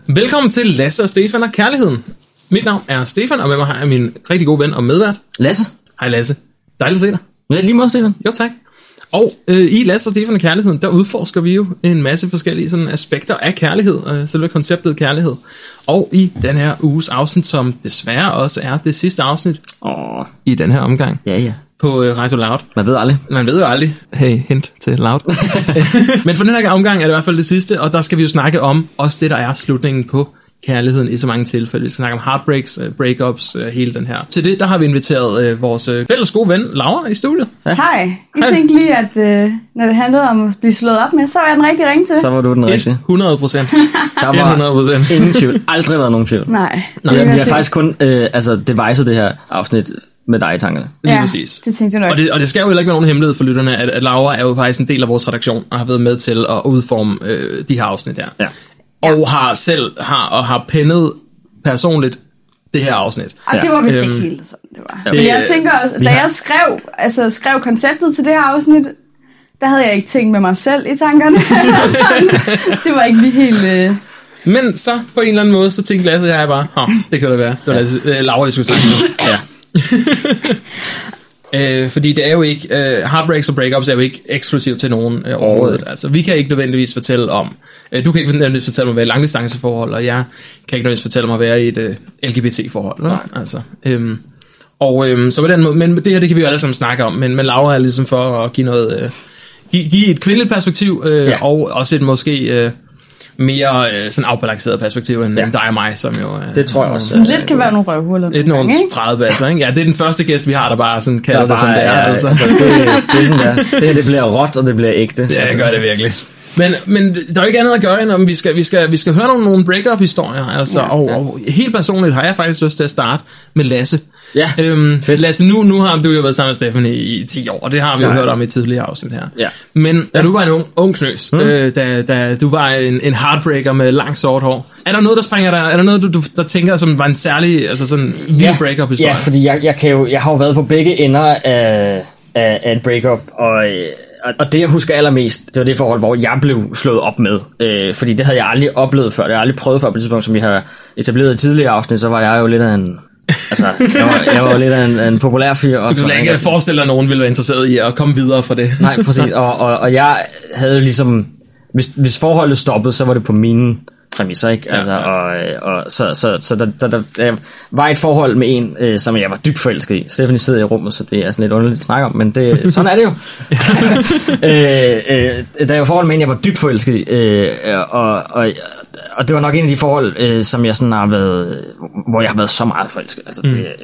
Velkommen til Lasse og Stefan og Kærligheden. Mit navn er Stefan, og med mig har jeg min rigtig gode ven og medvært, Lasse. Hej Lasse. Dejligt at se dig. Ja, lige måde, Stefan. Jo, tak. Og i Lasse og Stefan og Kærligheden, der udforsker vi jo en masse forskellige sådan, aspekter af kærlighed, selve konceptet kærlighed. Og i den her uges afsnit, som desværre også er det sidste afsnit i den her omgang. Ja. På Radio Loud. Man ved aldrig. Man ved jo aldrig. Hey, hint til Loud. Men for den her omgang er det i hvert fald det sidste, og der skal vi jo snakke om også det, der er slutningen på kærligheden i så mange tilfælde. Vi skal snakke om heartbreaks, breakups, hele den her. Til det, der har vi inviteret vores fælles gode ven, Laura, i studiet. Ja. Hej. Jeg tænkte lige, at når det handlede om at blive slået op med, så var jeg den rigtige ring til. Så var du den rigtige. 100%. Der var 100%. ingen tvivl. Aldrig været nogen tvivl. Nej. Vi har faktisk kun deviset det her afsnit med dig i tankerne. Lige præcis. Det tænkte jeg nok. Og det skal jo heller ikke være nogen hemmelighed for lytterne, at Laura er jo faktisk en del af vores redaktion, og har været med til at udforme de her afsnit her. Ja. Og har pennet personligt det her afsnit. Og det var vist ikke helt sådan, det var. Men jeg tænker også, da jeg skrev konceptet til det her afsnit, der havde jeg ikke tænkt med mig selv i tankerne. Det var ikke lige helt... Men så på en eller anden måde, så tænkte Lasse og jeg bare, det kan det være. Det var Laura, jeg skulle snakke med. Ja. Fordi det er jo ikke heartbreaks og breakups er jo ikke eksklusivt til nogen overhovedet. Altså vi kan ikke nødvendigvis fortælle om du kan ikke nødvendigvis fortælle mig at være i langdistanceforhold, og jeg kan ikke nødvendigvis fortælle mig at være i et LGBT-forhold. Altså, så på den måde, men det her det kan vi jo alle sammen snakke om, men Laura er ligesom for at give noget give et kvindeligt perspektiv og også et måske mere sådan afbalanceret perspektiv end dig og mig, som jo det tror jeg også. Sådan lidt kan være nogle røvhuller. Lidt nogle spredebasser, ikke? Ja, det er den første gæst, vi har, der bare sådan kalder det, som det er. Altså. Altså, det er sådan der. Det bliver råt, og det bliver ægte. Ja, det gør det virkelig. Men der er jo ikke andet at gøre, end om vi skal høre nogle break-up-historier. Altså, og helt personligt har jeg faktisk lyst til at starte med Lasse. Ja, Lasse, nu har du jo været sammen med Stefan i 10 år, og det har vi jo hørt om i tidligere afsnit her. Ja. Men da du var en ung knøs, da du var en heartbreaker med langt sort hår, er der noget, der springer dig? Er der noget, du der tænker, som var en særlig, altså sådan vild break-up-historie? Ja, fordi jeg har jo været på begge ender af et breakup, og det jeg husker allermest, det var det forhold, hvor jeg blev slået op med, fordi det havde jeg aldrig oplevet før, det havde jeg aldrig prøvet før på det tidspunkt, som vi har etableret i tidligere afsnit, så var jeg jo lidt af en... Altså, jeg var lidt af en populær fyr. Du kan ikke forestille dig, at nogen ville være interesseret i at komme videre for det. Nej, præcis. Og jeg havde jo ligesom... Hvis forholdet stoppede, så var det på mine præmisser, ikke? Altså, så der var et forhold med en, som jeg var dybt forelsket i. Stephanie sidder i rummet, så det er sådan lidt underligt at snakke om, men sådan er det jo. Der er jo forhold med en, jeg var dybt forelsket i, og det var nok en af de forhold, som jeg sådan har været, hvor jeg har været så meget forelsket. Altså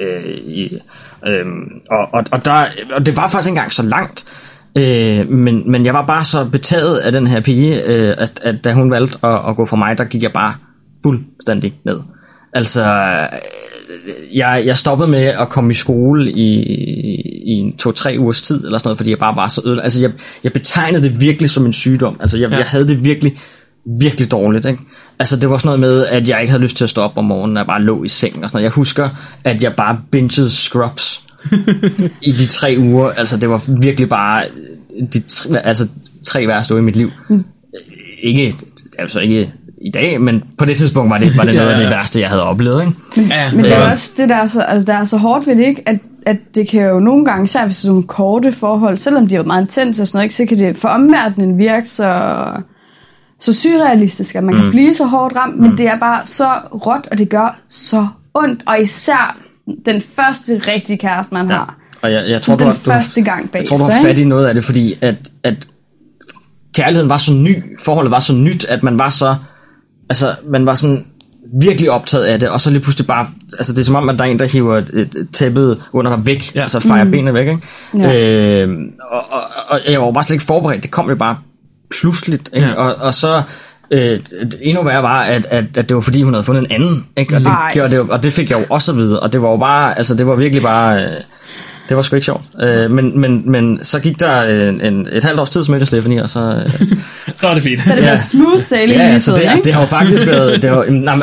og det var faktisk ikke engang så langt, men jeg var bare så betaget af den her pige, at da hun valgte at gå fra mig, der gik jeg bare fuldstændig ned. Altså, jeg stoppede med at komme i skole i 2-3 ugers tid, eller sådan noget, fordi jeg bare var så ødelagt. Altså, jeg betegnede det virkelig som en sygdom. Altså, jeg havde det virkelig, virkelig dårligt, ikke? Altså, det var sådan noget med, at jeg ikke havde lyst til at stå op om morgenen, jeg bare lå i sengen og sådan noget. Jeg husker, at jeg bare bingede Scrubs i de 3 uger. Altså, det var virkelig bare de 3 værste uger i mit liv. Ikke i dag, men på det tidspunkt var det noget af det værste, jeg havde oplevet, ikke? Men det er også det, der er så hårdt ved det, ikke? At det kan jo nogle gange, især hvis det er nogle korte forhold, selvom de er meget intense og sådan noget, ikke, så kan det for omverdenen virke så surrealistisk, at man kan blive så hårdt ramt, men det er bare så råt, og det gør så ondt, og især den første rigtige kæreste, man har. Og jeg tror, første gang bagefter. Jeg tror, du har fat i noget af det, fordi at kærligheden var så ny, forholdet var så nyt, at man var så, altså man var sådan virkelig optaget af det, og så lige pludselig bare, altså det er som om, at der er en, der hiver et tæppet under dig væk, altså fejrer benene væk, ikke? Ja. Og jeg var bare slet ikke forberedt, det kom jo bare pludseligt, ikke? Ja. Og så endnu værre var, at det var fordi, hun havde fundet en anden, ikke? Og det fik jeg jo også at vide, og det var jo bare, altså det var virkelig bare... Det var sgu ikke sjovt. Men så gik der et halvt års tid, som jeg Stephanie, og så... så er det fint. Så det var smooth sailing. Ja, så det har jo faktisk været... Det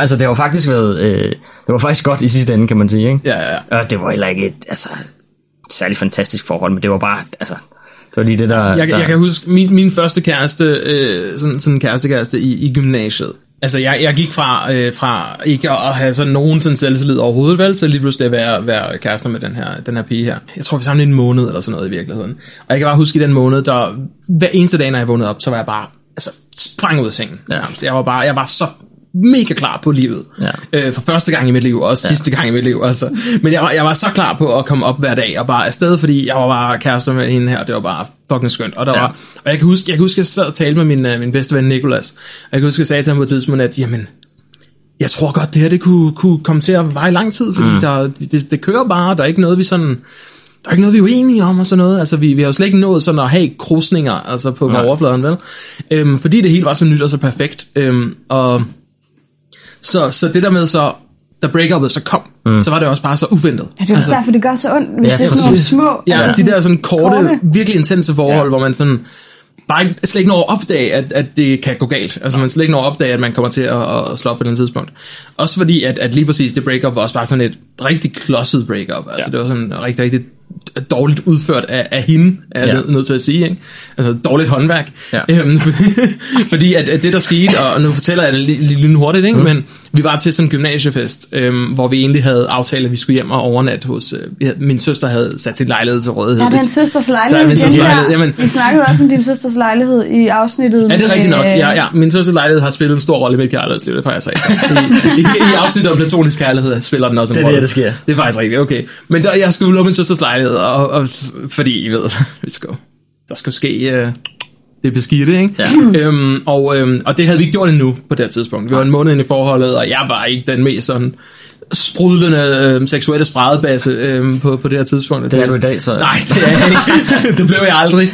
var faktisk godt i sidste ende, kan man sige, ikke? Ja. Og det var heller ikke et særlig fantastisk forhold, men det var bare... Altså, det var lige det, der... Jeg kan huske, min første kæreste, sådan kæreste i gymnasiet, Altså, jeg gik fra ikke at have sådan nogen sådan selvtillid overhovedet, vel, så lige pludselig at være kærester med den her pige her. Jeg tror, vi sammen en måned eller sådan noget i virkeligheden. Og jeg kan bare huske i den måned, der hver eneste dag, når jeg vågnede op, så var jeg bare sprang ud af sengen. Ja. Jeg var så mega klar på livet. Ja. For første gang i mit liv, og også sidste gang i mit liv. Altså. Men jeg var så klar på at komme op hver dag, og bare afsted, fordi jeg var bare kærester med hende her. Det var bare fucking skønt. Og jeg kan huske, jeg sad og talte med min bedste ven Nicolas. Og jeg kan huske, jeg sagde til ham på et tidspunkt, at jamen, jeg tror godt, det her det kunne komme til at vare i lang tid, fordi det kører bare, der er ikke noget, vi sådan... Der er ikke noget, vi er uenige om og sådan noget. Altså, vi har jo slet ikke nået sådan at have krusninger altså på overfladen, vel? Fordi det hele var så nyt og så perfekt. Og så det der med så, da break-up'et så kom, så var det også bare så uventet. Ja, det er altså, derfor, det gør så ondt, hvis det er sådan nogle små... Ja, altså, de der sådan korte, virkelig intense forhold, hvor man sådan... bare slet ikke når at opdage, at det kan gå galt. Altså man slet ikke når at opdage, at man kommer til at slå op på den tidspunkt. Også fordi, at lige præcis det breakup var også bare sådan et rigtig klodset breakup. Altså det var sådan rigtig, rigtig dårligt udført af hende, er jeg nødt til at sige. Ikke? Altså dårligt håndværk. Ja. Fordi at det der skete, og nu fortæller jeg det lige hurtigt, ikke? Men vi var til sådan en gymnasiefest, hvor vi egentlig havde aftalt, at vi skulle hjem og overnatte hos... min søster havde sat sin lejlighed til rådighed. Ja, det er en søsters lejlighed. Jamen, vi snakkede også om din søsters lejlighed i afsnittet. Ja, det er rigtigt nok. Ja. Min søsters lejlighed har spillet en stor rolle i mit kærlighedsliv, det faktisk rigtigt. I afsnittet om platonisk kærlighed spiller den også en rolle. Det sker. Det er faktisk rigtigt, okay. Men jeg skulle ud min søsters lejlighed, og fordi, I ved, der skal ske... det beskidte, ikke? Ja. Og det havde vi ikke gjort endnu på det her tidspunkt. Vi var en måned inde i forholdet, og jeg var ikke den mest sådan sprudlende seksuelle spradebasse på det her tidspunkt. Det er du i dag, så... Nej, det er jeg ikke. Det blev jeg aldrig.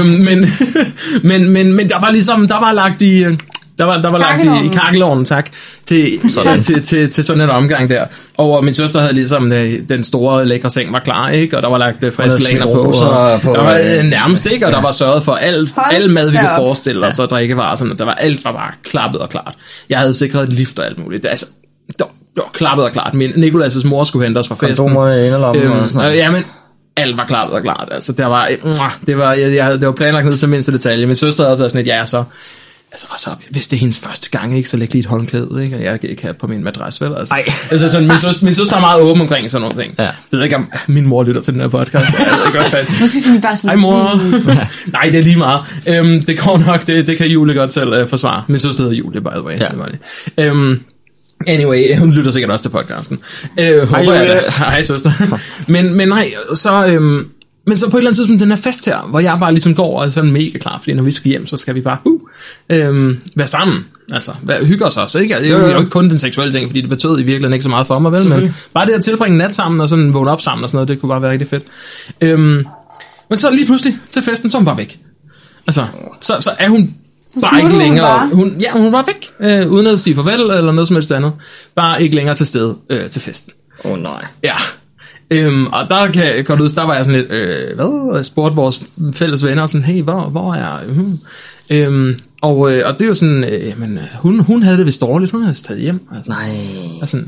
Men der var ligesom, der var lagt i... Der var lagt i kakkelovnen, tak, til sådan en omgang der. Og min søster havde ligesom den store lækre seng var klar, ikke? Og der var lagt friske laner på. Der var nærmest ikke, og der var sørget for al mad, vi kunne forestille os, og drikkevarer. Sådan, der var alt var bare klappet og klart. Jeg havde sikret et lift og alt muligt. Altså, det var klappet og klart. Nicolas' mor skulle hente os fra festen. Kondomer i inderlommen og sådan noget. Jamen, alt var klappet og klart. Altså, det var planlagt ned til mindste detalje. Min søster havde sådan et så... Altså, hvis det er hendes første gang, ikke, så læg lige et håndklæde, ikke? Og jeg kan ikke have på min madras, vel? Altså sådan, min søster er meget åben omkring sådan nogle ting. Ja. Jeg ved ikke, om min mor lytter til den her podcast. Måske skal vi bare sådan... Hej, mor. Nej, det er lige meget. Det går nok, det kan Julie godt selv forsvare. Min søster hedder Julie, by the way. Ja. Det var det. Anyway, hun lytter sikkert også til podcasten. Hej, søster. Men nej, så... Men så på et eller andet tidspunkt den her fest her, hvor jeg bare ligesom går og er sådan mega klar, fordi når vi skal hjem, så skal vi bare være sammen. Altså, hygge os også, ikke? Det er jo ikke kun den seksuelle ting, fordi det betød i virkeligheden ikke så meget for mig, vel? Men bare det at tilbringe nat sammen og sådan vågne op sammen og sådan noget, det kunne bare være rigtig fedt. Men så lige pludselig til festen, så er hun bare væk. Altså, så er hun bare ikke længere. Hun var væk, uden at sige farvel eller noget som helst andet. Bare ikke længere til stede til festen. Nej. Ja. Og der kan jeg godt ud, der var jeg sådan lidt, jeg spurgte vores fælles venner sådan, hey, hvor er og det er jo sådan, jamen, hun havde det vist dårligt, hun havde taget hjem. Altså. Nej. Og sådan,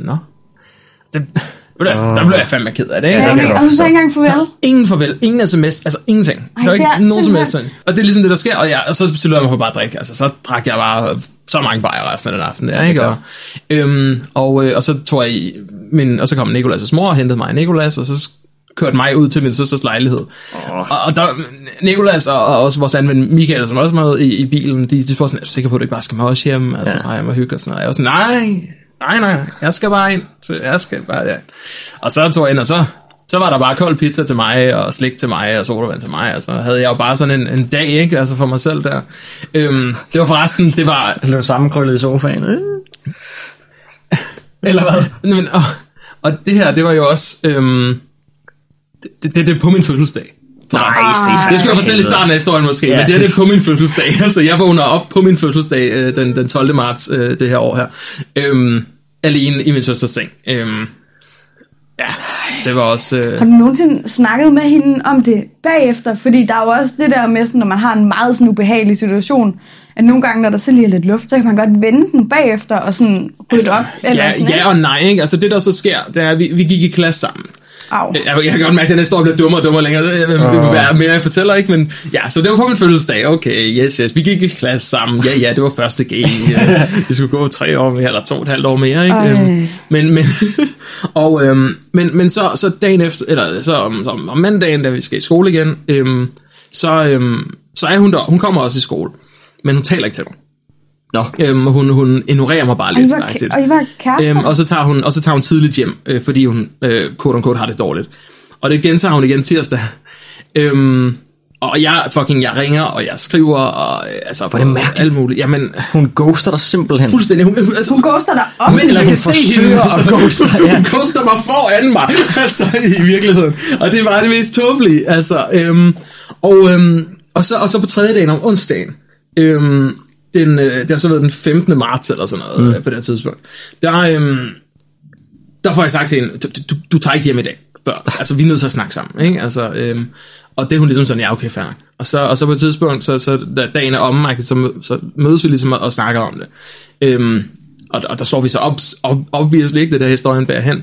der blev jeg fandme ked af det. Og du sagde ikke engang farvel? Ingen farvel, ingen sms, altså ingenting. Der var ikke nogen som helst. Og det er ligesom det, der sker, og så besluttede jeg mig for bare at drikke. Altså, så drak jeg bare så mange bajer resten af den aften der, ikke? Og så tog jeg og så kom Nicolas' mor og hentede mig Nicolas, og så kørte mig ud til min søsters lejlighed. Og der, Nicolas og også vores anden ven Michael, som også var med i bilen, de spurgte sådan, er du sikker på, at du ikke bare skal med os hjem? Altså, jeg må hygge og sådan noget. Jeg var sådan, nej, jeg skal bare ind. Og så tog jeg ind, og så var der bare kold pizza til mig, og slik til mig, og sodavand til mig, og så havde jeg jo bare sådan en dag, ikke? Altså for mig selv der. Det var forresten, det var... Det var sammenkrøllet i sofaen, Eller hvad? Men, og det her, det var jo også... Det er på min fødselsdag. Nej, Stefan. Det skulle jeg fortælle i starten af historien måske, men det er på min fødselsdag. Altså, jeg vågner op på min fødselsdag den 12. marts det her år her. Alene i min søsters seng. Ja, det var også... Har du nogensinde snakket med hende om det bagefter? Fordi der er jo også det der med, sådan, når man har en meget sådan ubehagelig situation, at nogle gange, når der så lige er lidt luft, så kan man godt vende den bagefter og sådan rydde op. Eller ja og nej, ikke? Altså det der så sker, det er, at vi gik i klasse sammen. Jeg kan godt mærke, at den historie bliver dummere og dummere længere. Jeg vil være mere, jeg fortæller, ikke? Men ja, så det var på min fødselsdag. Okay, yes. Vi gik i klasse sammen. Ja, det var første G. Vi skulle gå 3 år mere, eller 2,5 år mere, ikke? Men så dagen efter, eller så om mandagen, da vi skal i skole igen, så er hun der. Hun kommer også i skole, men hun taler ikke til mig. Hun ignorerer mig bare lidt. Og I var kærester? Og så tager hun tidligt hjem, fordi hun quote-unquote har det dårligt. Og det gentager hun igen tirsdag. Og jeg ringer, og jeg skriver, og altså for det mærkeligt. Alt muligt. Jamen, hun ghoster dig simpelthen. Fuldstændig. Hun ghoster dig op. Men jeg kan se hende. Hun ghoster mig foran mig. Altså, i virkeligheden. Og det var det mest tåbelige. Altså, og så på 3. dagen om onsdagen, det har så været den 15. marts eller sådan noget på det tidspunkt. Der får jeg sagt til hende, du tager ikke hjem i dag. Altså, vi er nødt til at snakke sammen, ikke? Altså, og det er hun ligesom sådan, ja, okay, fair. Og så på et tidspunkt, så da dagen er omme, så mødes vi ligesom og snakker om det. Og der så vi så obviously ikke det der historien bærer hen.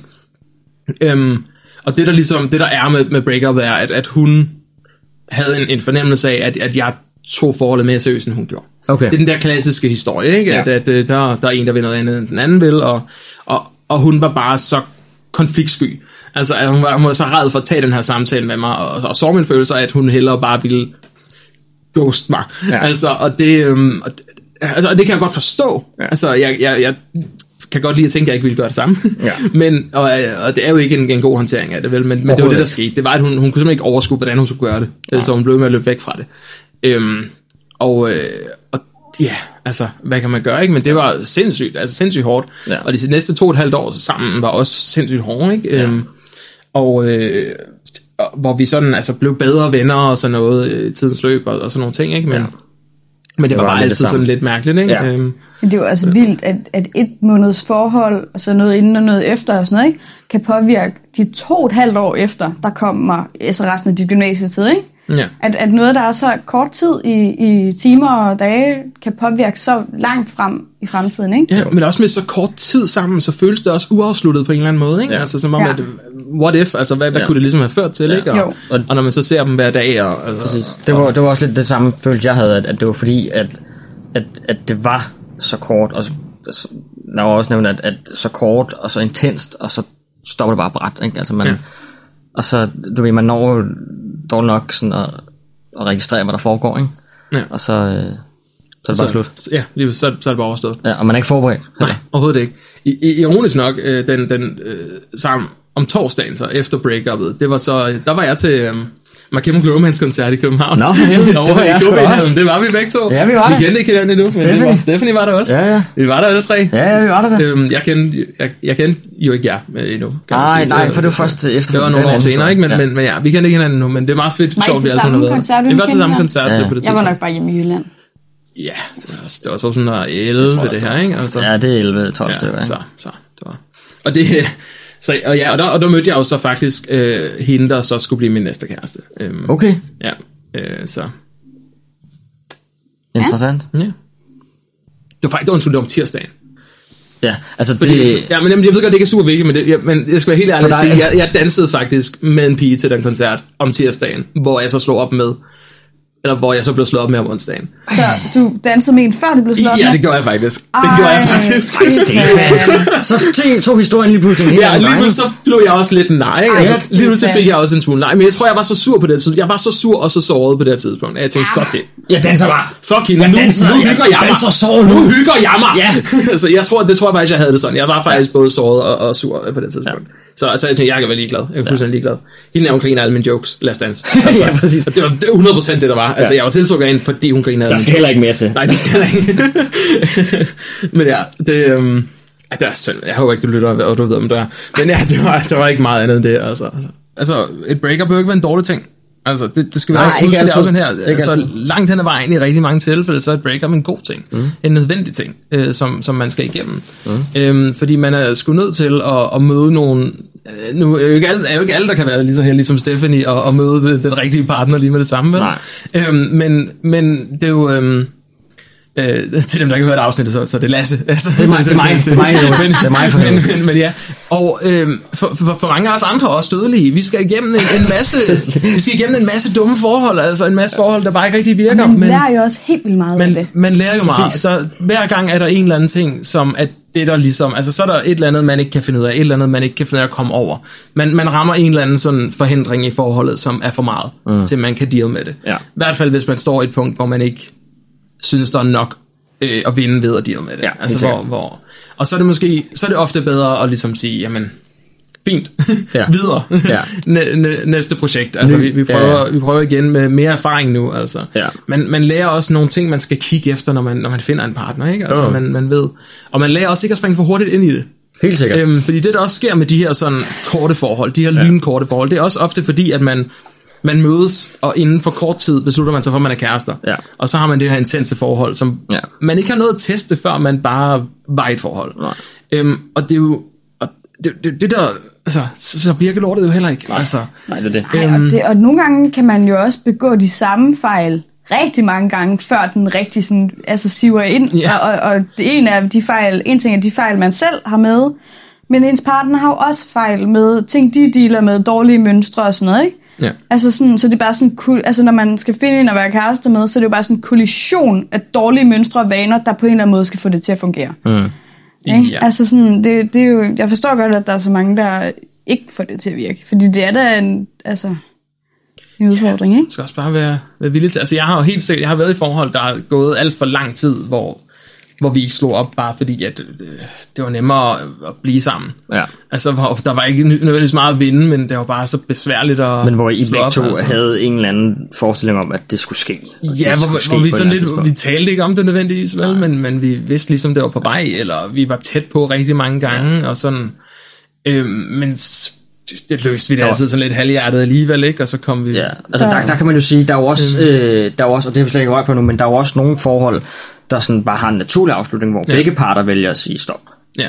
Og det der er med breakup er, at hun havde en fornemmelse af, at jeg tog forholdet mere seriøst, end hun gjorde. Okay. Det er den der klassiske historie, ikke? Ja. At der er en, der vil noget andet, end den anden vil, og hun var bare så konfliktsky. Altså, at hun var så ræd for at tage den her samtale med mig, og så min følelse af, at hun hellere bare ville ghost mig. Ja. Altså, og det kan jeg godt forstå. Ja. Altså, jeg kan godt lide at tænke, at jeg ikke ville gøre det samme. Ja. Men, og det er jo ikke en god håndtering af det, vel? Men det var det, der skete. Det var, at hun kunne simpelthen ikke overskue, hvordan hun skulle gøre det. Ja. Så hun blev med at løbe væk fra det. Og ja, altså, hvad kan man gøre, ikke? Men det var sindssygt hårdt. Ja. Og de næste 2,5 år sammen var også sindssygt hårde, ikke? Ja. Hvor vi sådan, altså, blev bedre venner og sådan noget i tidens løb og sådan nogle ting, ikke? Men det var bare altid sådan lidt mærkeligt, ikke? Ja. Men det er jo altså vildt, at 1 måneds forhold, og så noget inden og noget efter og sådan noget, ikke? Kan påvirke de 2,5 år efter, der kommer altså resten af dit gymnasietid, ikke? Ja. At noget, der er så kort tid i timer og dage, kan påvirke så langt frem i fremtiden, ikke? Ja, men også med så kort tid sammen, så føles det også uafsluttet på en eller anden måde, ikke? Ja. Altså som om, at what if, altså hvad kunne det ligesom have ført til, ikke? Og når man så ser dem hver dag, præcis. Det var også lidt det samme følelse, jeg havde, at det var fordi, at det var så kort, og der var også nævnt, at så kort og så intenst, og så stopper det bare brat, ikke? Altså man... Ja. Og så, du ved, man når dog nok sådan at registrere, hvad der foregår, ikke? Ja. Og så er det bare slut. Ja, så er det bare overstået. Ja, og man er ikke forberedt. Nej, overhovedet ikke. Ironisk nok, den sammen om torsdagen, så efter break-up'et, det var så, der var jeg til My Chemical Romance-koncert i København. Nå, for helvede, det var jeg sgu også. Det var vi begge to. Ja, vi var der. Vi kendte ikke hinanden endnu, men Stephanie var der også. Ja. Vi var der alle 3. Ja, vi var der. Jeg kendte jo ikke jer endnu. Nej, for det var først efter. Det var nogle år senere, ikke? Men ja, vi kendte ikke hinanden endnu, men det er meget fedt. Sjovt, vi alle sammen har været. Det var til samme koncert på det tidspunkt. Jeg var nok bare hjemme i Jylland. Ja, det var 2011 det her, ikke? Altså, ja, det er 11-12 stykker. Så det var. Og det... Og der mødte jeg jo så faktisk hende, der så skulle blive min næste kæreste. Okay. Ja, så... Interessant. Ja. Det var faktisk det om tirsdagen. Ja, altså fordi, ja, men jeg ved godt, det ikke er super vigtigt, men jeg skal være helt ærlig at sige, jeg dansede faktisk med en pige til den koncert om tirsdagen, hvor jeg så slog op med... Eller hvor jeg så blev slået op med om onsdagen. Så du dansede med en før du blev slået op med? Ja, det gjorde jeg faktisk. Så tog historien lige pludselig. Ja, lige pludselig så blev jeg også lidt nej. Lige pludselig fik jeg også en smule nej. Men jeg tror, jeg var så sur på det tidspunkt. Jeg var så sur og så såret på det tidspunkt. Jeg tænkte, fuck det. Jeg danser bare. Fuck hende. Nu hygger jeg mig. Nu hygger jeg mig. Ja. Altså, det tror jeg faktisk, jeg havde det sådan. Jeg var faktisk både såret og sur på det tidspunkt. Så jeg tænkte, jeg kan være ligeglad. Jeg er fuldstændig ligeglad. Hende er, hun griner alle mine jokes. Lad os danse. Altså, ja, præcis. Det var 100% det, der var. Altså, jeg var tiltrukket ind, fordi hun griner alle mine jokes. Der skal heller ikke mere til. Nej, det skal ikke. Men ja, det er synd. Jeg håber ikke, du lytter, og du ved, om det er. Men ja, det var ikke meget andet end det. Altså et breakup bør ikke være en dårlig ting. Altså, det skal være også sådan her. Altså, langt hen ad vejen i rigtig mange tilfælde, så er et breakup en god ting. En nødvendig ting, som man skal igennem. Fordi man er sgu nødt til at møde nogle... Nu er jo ikke alle, der kan være lige så heldige som Stephanie, og møde den rigtige partner lige med det samme. Men det er jo... Til dem, der ikke har hørt afsnittet, så det er Lasse. Altså, Det er mig for helvede. Men ja, og for mange af os andre også dødelige, vi skal igennem en masse dumme forhold, altså en masse forhold, der bare ikke rigtig virker. Man lærer jo også helt vildt meget af det. Man lærer jo meget. Så hver gang er der en eller anden ting, som at det der ligesom, altså så er der et eller andet, man ikke kan finde ud af, et eller andet, man ikke kan finde ud af at komme over. Man rammer en eller anden sådan forhindring i forholdet, som er for meget, til man kan deal med det. Ja. I hvert fald, hvis man står i et punkt, hvor man ikke synes, der er nok at vinde ved at deal med det. Ja, altså, og så er det måske, så er det ofte bedre at ligesom sige, jamen, fint, videre, næste projekt. Altså, vi prøver igen med mere erfaring nu. Altså. Ja. Man lærer også nogle ting, man skal kigge efter, når man finder en partner, ikke? Altså, man ved. Og man lærer også ikke at springe for hurtigt ind i det. Helt sikkert. Fordi det, der også sker med de her sådan korte forhold, de her lynkorte forhold, det er også ofte fordi, at man mødes, og inden for kort tid beslutter man sig for, at man er kærester. Ja. Og så har man det her intense forhold, som man ikke har noget at teste, før man bare var i et forhold. Og det er jo det der, altså, så virker lortet jo heller ikke. Altså, Nej, det er det. Og nogle gange kan man jo også begå de samme fejl rigtig mange gange, før den rigtig sådan, altså siver ind. Og en ting er de fejl, man selv har med, men ens partner har jo også fejl med ting, de dealer med, dårlige mønstre og sådan noget, ikke? Ja. Altså sådan, så det er bare sådan, altså når man skal finde en at være kæreste med, så er det jo bare sådan en kollision af dårlige mønstre og vaner, der på en eller anden måde skal få det til at fungere. Ja. Altså sådan, det er jo, jeg forstår godt, at der er så mange, der ikke får det til at virke, fordi det er da en udfordring, ikke? Det skal også bare være villig til. Altså jeg har jo helt sikkert, jeg har været i forhold, der er gået alt for lang tid, hvor vi ikke slog op, bare fordi at det var nemmere at blive sammen. Ja. Altså, hvor der var ikke nødvendigvis meget at vinde, men det var bare så besværligt at men hvor I begge to havde en eller anden forestilling om, at det skulle ske. Ja, hvor vi sådan lidt, vi talte ikke om det nødvendigvis, vel, men vi vidste ligesom, det var på vej, eller vi var tæt på rigtig mange gange, og sådan, men det løste vi det altid sådan lidt halvhjertet alligevel, ikke? Og så kom vi... Ja, altså der kan man jo sige, der er jo også, og det har vi slet ikke rørt på nu, men der er jo også nogle forhold, der sådan bare har en naturlig afslutning, hvor begge parter vælger at sige stop. Ja.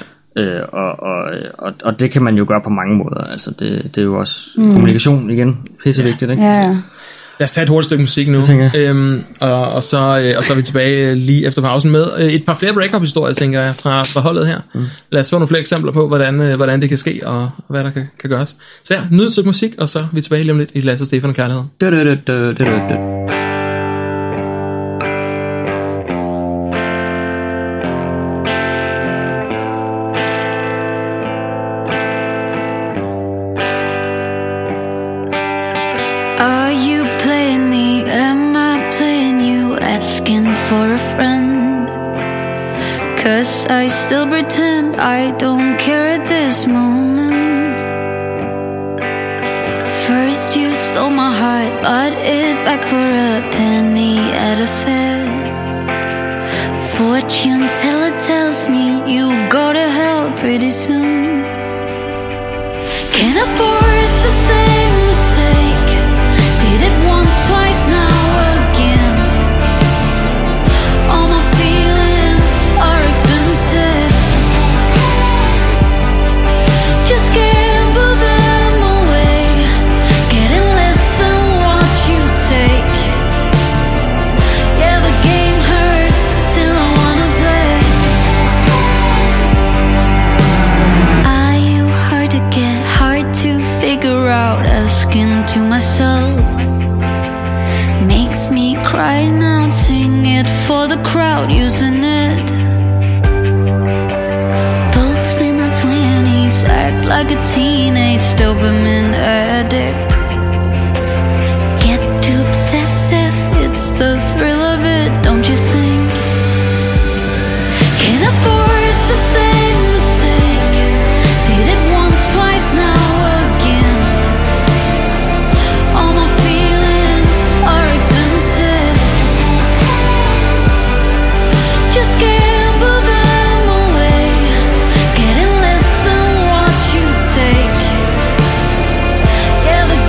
Og det kan man jo gøre på mange måder. Altså det er jo også kommunikation igen, pissevigtigt, ikke? Ja. Lad os tage et hurtigt stykke musik nu, og så er vi tilbage lige efter pausen med et par flere break-up-historier, tænker jeg, fra holdet her. Lad os få nogle flere eksempler på, hvordan det kan ske, og hvad der kan gøres. Så ja, nyd et stykke musik, og så er vi tilbage lige om lidt i Lasse og Stefan og Kærlighed. Are you playing me? Am I playing you? Asking for a friend? 'Cause I still pretend I don't care at this moment. First you stole my heart, bought it back for a penny at a fair. Fortune teller tells me you go to hell pretty soon. Can't afford the same mistake. Did it once, twice, now again. All my feelings are expensive. Just gamble them away, getting less than what you take. Yeah, the game hurts, still I wanna play. Are you hard to get, hard to figure out? Asking to myself makes me cry now, sing it for the crowd, using it. Both in our 20s, act like a teenage dopamine addict. Get too obsessive, it's the thrill of it, don't you think? Can't afford the same mistake. Did it once, twice, now again. All my feelings are expensive. Just gamble them away, getting less than what you take. Yeah, the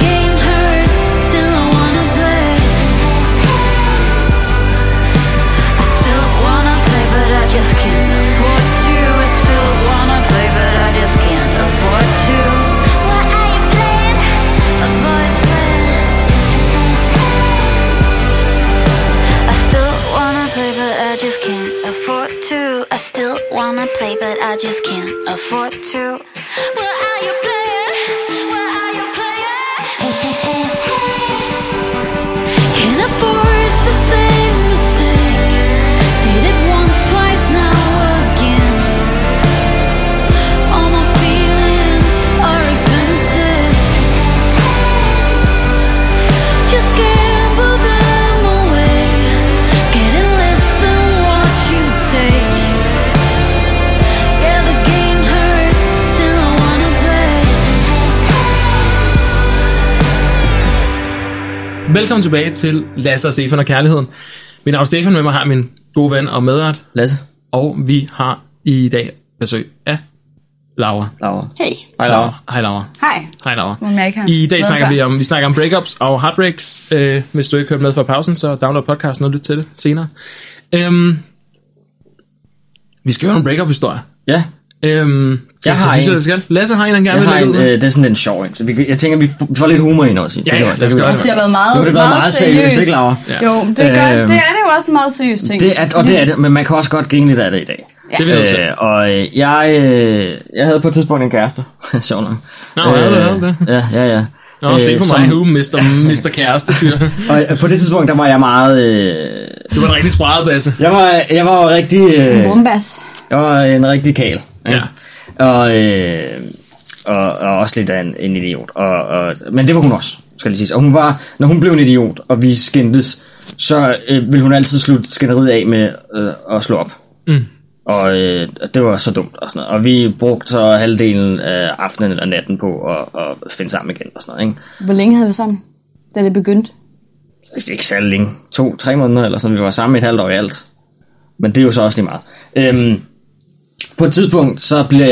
wanna play, but I just can't afford to. Well, are you playing? Well, are you playing? Hey, hey, hey, hey. Can't afford the same mistake. Did it once, twice, now again. All my feelings are expensive. Just gamble them away. Getting less than what you take. Yeah, the game hurts, still I wanna play. Velkommen tilbage til Lasse og Stefan og Kærligheden. Mit navn er Stefan, med mig har min gode ven og medvært Lasse. Og vi har i dag besøg af Laura. Hey. Hej Laura. Hej Laura. Hej. Hej Laura. Om jeg ikke har I dag været snakker før. vi snakker om breakups og heartbreaks. Hvis du ikke hørte med fra pausen, så download podcasten og lyt til det senere. Vi skal høre en breakup-historie. Ja. Jeg har synes, en. vi skal. Lasse har en, han gerne Jeg vil har lægge en, ud med. det er sådan en sjov en. Så jeg tænker, vi får lidt humor ind også. Ja, lad os gøre det. Det har været meget, meget seriøst, ikke Laura? Jo, det er det jo også en meget seriøs ting. Det er det, men man kan også godt grine lidt af det i dag. Det vil jeg sige. Og jeg havde på et tidspunkt en kæreste. Sjov nok. Nå, havde du det? Ja. Nå, se på mig, Mr. Kærestefyr. Og på det tidspunkt, der var jeg meget... Du var en rigtig sprejet, Basse. Jeg var rigtig... Bombas. Jeg var en rigtig kæl. Ja. Og også lidt af en idiot. Men det var hun også, skal jeg lige sige. Og hun var, når hun blev en idiot, og vi skændtes, så ville hun altid slutte skænderiet af med at slå op. Mm. Og det var så dumt og sådan noget. Og vi brugte så halvdelen af aftenen eller natten på at finde sammen igen og sådan noget, ikke? Hvor længe havde vi sammen, da det begyndte? Ikke særlig længe. 2-3 måneder eller sådan. Vi var sammen et halvt år i alt. Men det er jo så også lige meget. På et tidspunkt, så bliver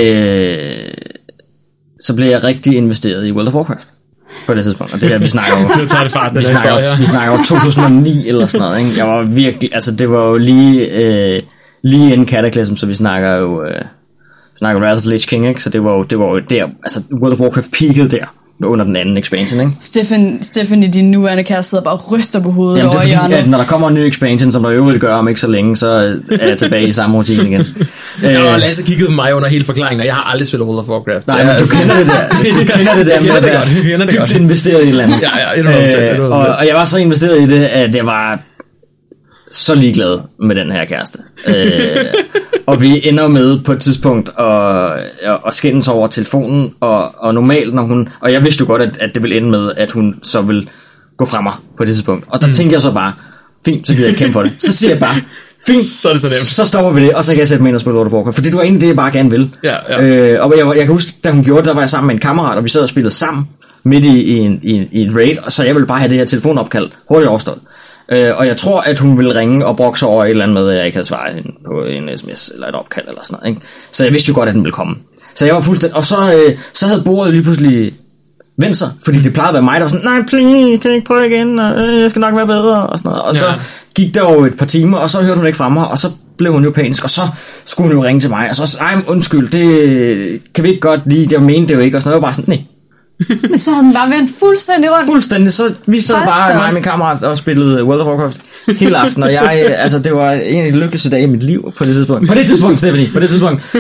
jeg rigtig investeret i World of Warcraft. På det tidspunkt. Og det der, vi snakker jo... Nu tager det fart, vi snakker jo 2009 eller sådan noget, ikke? Jeg var virkelig... Altså, det var jo lige inden Cataclysm, så vi snakker jo... Wrath of the Lich King, ikke? Så det var jo der... Altså, World of Warcraft peakede der. Under den anden expansion, ikke? Stefan i din nuværende kæreste sidder bare og ryster på hovedet. Jamen, over det er fordi, hjørnet. at når der kommer en ny expansion, som der øvrigt gør om ikke så længe, så er jeg tilbage i samme rutine igen. Og Lasse kiggede på mig under hele forklaringen, og jeg har aldrig spillet World of Warcraft. Nej, men du kender det der. Du kender det der med at være dybt investeret i et eller andet. Ja, og jeg var så investeret i det, at jeg var så ligeglad med den her kæreste. Og vi ender med på et tidspunkt at skændes over telefonen, og normalt når hun... Og jeg vidste jo godt, at det ville ende med, at hun så ville gå fra mig på det tidspunkt. Og der tænkte jeg så bare, fint, så gider jeg ikke kæmpe for det. Så siger jeg bare, fint, så er det så nemt. Så stopper vi det, og så kan jeg sætte mig ind og spille World of Warcraft. For det var egentlig det, jeg bare gerne ville. Ja. Og jeg kan huske, da hun gjorde det, der var jeg sammen med en kammerat, og vi sad og spillede sammen midt i et raid, og så jeg ville bare have det her telefonopkald hurtigt overstået. Og jeg tror, at hun ville ringe og brokse over et eller andet med, at jeg ikke havde svaret hende på en sms eller et opkald eller sådan noget, ikke? Så jeg vidste jo godt, at den ville komme. Så jeg var fuldstændig... Og så havde bordet lige pludselig vendt sig, fordi det plejede at være mig, der var sådan, nej, please, kan jeg ikke prøve igen, og jeg skal nok være bedre, og sådan noget. Og så gik der jo et par timer, og så hørte hun ikke fra mig, og så blev hun jo panisk, og så skulle hun jo ringe til mig, og så undskyld, det kan vi ikke godt lide, jeg mente det jo ikke, og sådan noget. Jeg var bare sådan, nej. Men så havde den bare vendt fuldstændig rundt. Fuldstændig, så vi sad bare, mig og min kammerat, og spillede World of Warcraft hele aften, og altså det var en af de lykkeligste dage i mit liv på det tidspunkt. På det tidspunkt, Stephanie, på det tidspunkt.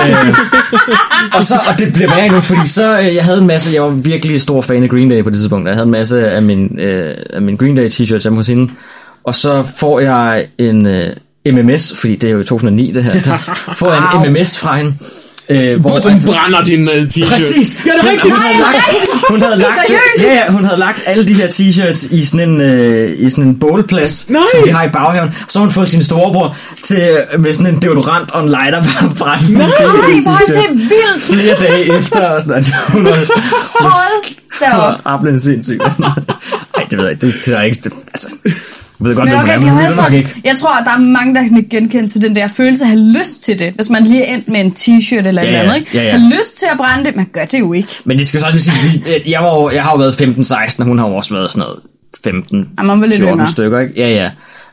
Og det blev værre nu, fordi så jeg havde en masse, jeg var virkelig stor fan af Green Day på det tidspunkt. Jeg havde en masse af min Green Day t-shirts hjemme hos hende, og så får jeg en MMS, fordi det er jo i 2009 det her, får jeg en MMS fra hende. Hvor som brænder din t-shirt. Præcis. Ja, det er rigtigt. Hun havde lagt alle de her t-shirts i sådan en bålplads, som de har i baghaven. Så har hun fået sin storebror til med sådan en deodorant og en lighter fra den. Nej, det er vildt. Flere dage efter og sådan noget. Hun var appelende sindssygt. Nej, det ved jeg ikke. Det er ikke... Altså, jeg ved godt, men okay, det nok ikke. Jeg tror, at der er mange, der kan genkende til den der følelse af at have lyst til det. Hvis man lige er endt med en t-shirt eller et eller andet, ikke? Ja. Har lyst til at brænde det, man gør det jo ikke. Men det skal så lige sige, jeg har jo været 15-16, og hun har jo også været sådan noget 15-14 stykker, ikke? Ja.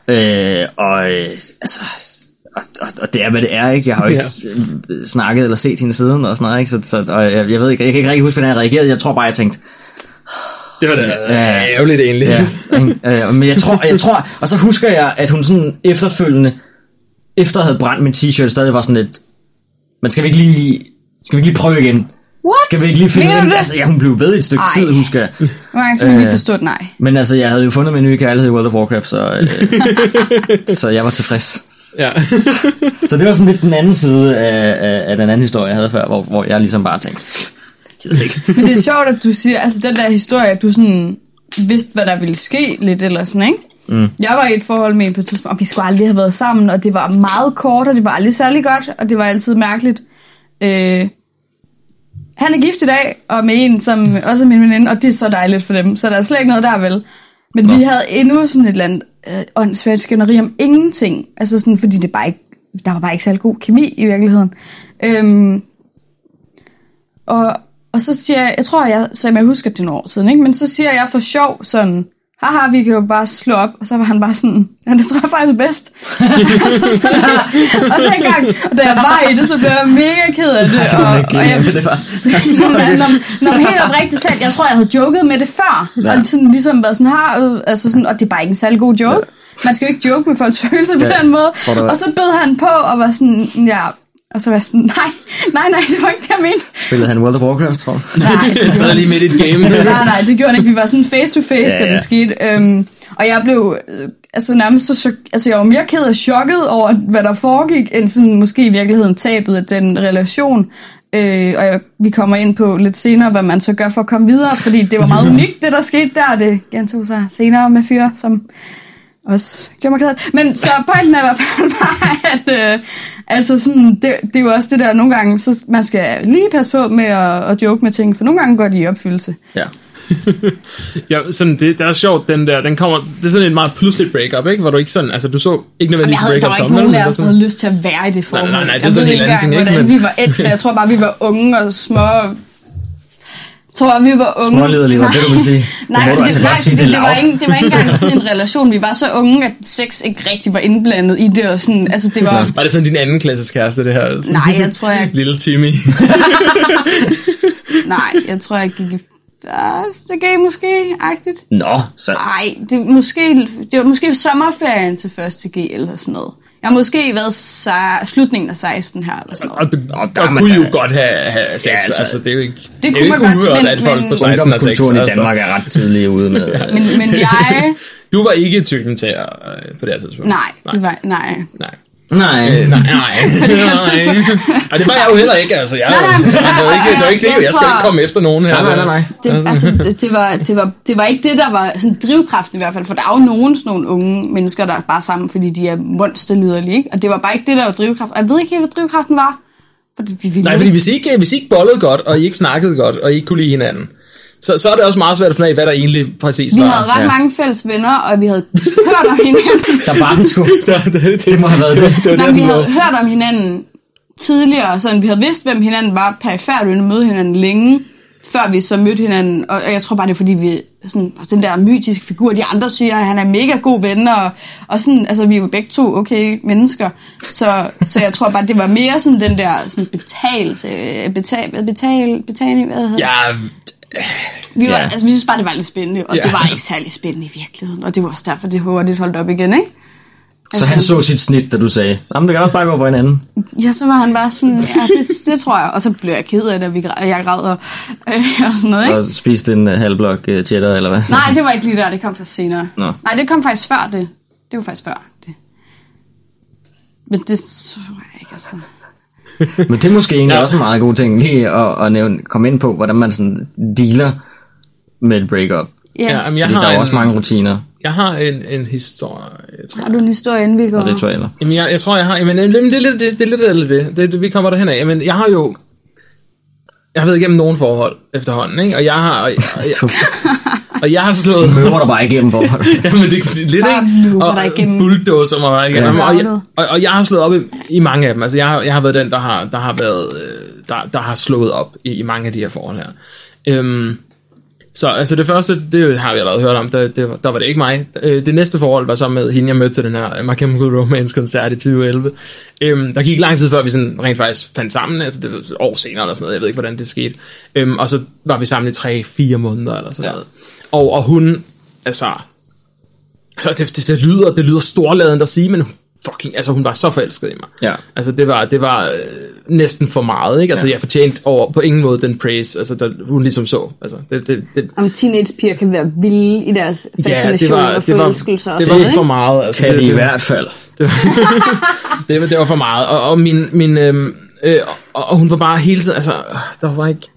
Og det er, hvad det er, ikke? Jeg har jo ikke snakket eller set hende siden og sådan noget, ikke? Så jeg ved ikke, jeg kan ikke rigtig huske, hvordan jeg reagerede. Jeg tror bare, jeg tænkte... Det var da ærgerligt egentlig. Ja, men jeg tror, og så husker jeg, at hun sådan efterfølgende efter jeg havde brændt min t-shirt, stadig var sådan lidt, men skal vi ikke lige prøve igen? What? Skal vi ikke lige finde den? Altså, hun blev ved et stykke tid, husker jeg. Hvor mange skal man lige forstå nej? Men altså, jeg havde jo fundet min nye kærlighed i World of Warcraft, så jeg var tilfreds. Ja. Så det var sådan lidt den anden side af den anden historie, jeg havde før, hvor jeg ligesom bare tænkte, Men det er sjovt, at du siger, altså den der historie, at du sådan vidste, hvad der ville ske lidt, eller sådan, ikke? Mm. Jeg var i et forhold med en på et tidspunkt, og vi skulle aldrig have været sammen, og det var meget kort, og det var aldrig særlig godt, og det var altid mærkeligt. Han er gift i dag, og med en, som også er min veninde, og det er så dejligt for dem, så der er slet ikke noget der, vel? Men vi havde endnu sådan et eller andet åndssvagt skænderi om ingenting, altså sådan, fordi det bare ikke, der var bare ikke særlig god kemi i virkeligheden. Og så siger jeg, jeg husker det nogle år siden, ikke? Men så siger jeg for sjov sådan, haha, vi kan jo bare slå op, og så var han bare sådan, ja, det tror jeg faktisk er bedst. og dengang, og da jeg var i det, så blev jeg mega ked af det. Når man helt oprigtigt selv, jeg tror, jeg havde joket med det før, og sådan, ligesom været sådan, altså sådan, og det er bare ikke en særlig god joke. Man skal jo ikke joke med folks følelser på den måde. Og så bød han på, og var sådan, ja. Og så var jeg sådan, nej, det var ikke det, jeg mente. Spillede han World of Warcraft, tror du? Nej, det sad lige midt i et game. nej, det gjorde han ikke. Vi var sådan face to face, da det skete. Og jeg blev nærmest så jeg var mere ked af chokket over, hvad der foregik, end sådan måske i virkeligheden tabet af den relation. Og vi kommer ind på lidt senere, hvad man så gør for at komme videre, fordi det var meget unikt, det der skete der. Det gentog sig senere med fyre, som også gjorde mig ked af det. Men så pointen er i hvert fald bare, at altså sådan, det er jo også det der nogle gange, så man skal lige passe på med at joke med ting, for nogle gange går de i opfyldelse. Ja. Ja, sådan det er sjovt, den kommer, det er sådan et meget pludseligt break-up, ikke? Hvor du ikke sådan, altså du så ikke nødvendigvis break-up. Der var ikke nogen af os, der havde lyst til at være i det forhold. Nej, det er sådan en helt anden ting, ikke? Vi var jeg tror bare, vi var unge og små. Vi var unge. Småliderlige, hvad du vil sige? Nej, det var ikke engang sådan en relation. Vi var så unge, at sex ikke rigtig var indblandet i det. Og sådan, altså det var... Var det sådan din anden klasses kæreste, det her? Sådan, nej, jeg tror jeg... Lille Timmy. Nej, jeg tror jeg gik i første G måske-agtigt. Nå, så... Nej, det var måske sommerferien til første G eller sådan noget. Jeg har måske været slutningen af 16 her eller sådan noget. Der kunne I jo godt have sex, ja, altså det er jo ikke... Det kunne man godt, men... at folk på 16 har sex. Ungdomskulturen i Danmark er ret tidlig ude med... men jeg... Du var ikke typen til på det her tidspunkt? Nej. Og det var jeg jo heller ikke, altså. Det var ikke det, jeg skal ikke komme efter nogen her. Nej. Det var ikke det, der var sådan drivkraften i hvert fald, for der er jo sådan nogle unge mennesker, der er bare sammen, fordi de er monsterliderlige, ikke? Og det var bare ikke det, der var drivkraften. Og jeg ved ikke helt, hvad drivkraften var. Fordi hvis I ikke bollede godt, og I ikke snakkede godt, og I ikke kunne lide hinanden, så er det også meget svært at finde af, hvad der egentlig præcis var. Vi havde ret mange fælles venner, og vi havde hørt om hinanden. Der var den sgu. Det må have været det. Nej, vi havde hørt om hinanden tidligere, sådan vi havde vidst, hvem hinanden var perifært, vi havde mødt hinanden længe, før vi så mødte hinanden. Og jeg tror bare, det er fordi, vi sådan, den der mytiske figur, de andre siger, at han er mega god venner, og sådan, altså vi var begge to okay mennesker. Så jeg tror bare, det var mere sådan den der sådan betaling, hvad hedder det? Ja, vi synes bare, det var lidt spændende, og det var ikke særlig spændende i virkeligheden, og det var også derfor, det hurtigt holdt op igen, ikke? Så han så sit snit, da du sagde, jamen det kan også bare gå på hinanden. Ja, så var han bare sådan, ja, det tror jeg, og så blev jeg ked af det, og jeg græd og sådan noget, ikke? Og spiste en halv blok cheddar, eller hvad? Nej, det var ikke lige der, det kom først senere. Nå. Nej, det kom faktisk før det. Det var faktisk før det. Men det tror jeg ikke, altså... Men det er måske egentlig også en meget god ting lige at nævne, komme ind på, hvordan man sådan dealer med et breakup. Ja. Fordi der er også mange rutiner. Jeg har en historie. Har du en historie, inden vi går? Og det tror jeg heller. Jamen, jeg tror, jeg har... Jamen, det er lidt det. Vi kommer derhen af. Jamen, jeg har jo... Jeg har været igennem nogle forhold efterhånden, ikke? Og jeg har... Og jeg har slået... Møver der bare igennem forhold. Jamen, det er lidt, ikke? Og bulldozer mig bare igennem. Og jeg har slået op i mange af dem. Altså, jeg har været den, der har slået op i mange af de her forhold her. Så altså det første, det har vi allerede hørt om, der var det ikke mig. Det næste forhold var så med hende, jeg mødte til den her My Chemical Romance-koncert i 2011. Der gik lang tid før vi sådan rent faktisk fandt sammen, altså det var et år senere eller sådan noget, jeg ved ikke hvordan det skete. Og så var vi sammen i 3-4 måneder eller sådan noget. Og hun, altså det lyder storladent at sige, men fucking, altså hun var så forelsket i mig. Ja. Altså det var næsten for meget, ikke? Altså jeg fortjente på ingen måde den praise, altså der hun ligesom så. Altså det om teenagepiger kan være vilde i deres fascination og forelskelser. Det var for meget. Altså, kan det i hvert fald. Det var for meget. Og min og hun var bare hele tiden, altså der var ikke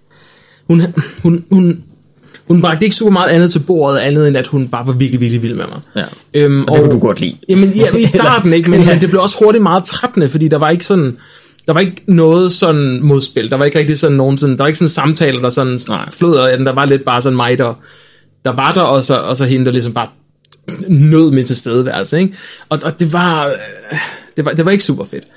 hun bragte ikke super meget andet til bordet, andet end at hun bare var virkelig, virkelig vild med mig. Ja. Og det kunne du godt lide. Jamen, ja, i starten ikke, men det blev også hurtigt meget trættende, fordi der var ikke noget sådan modspil. Der var ikke rigtig sådan nogen sådan, der var ikke sådan samtaler, der sådan flød af den. Der var lidt bare sådan mig, der var der, og så hende, der ligesom bare nød med tilstedeværelse, ikke? Og det var ikke super fedt.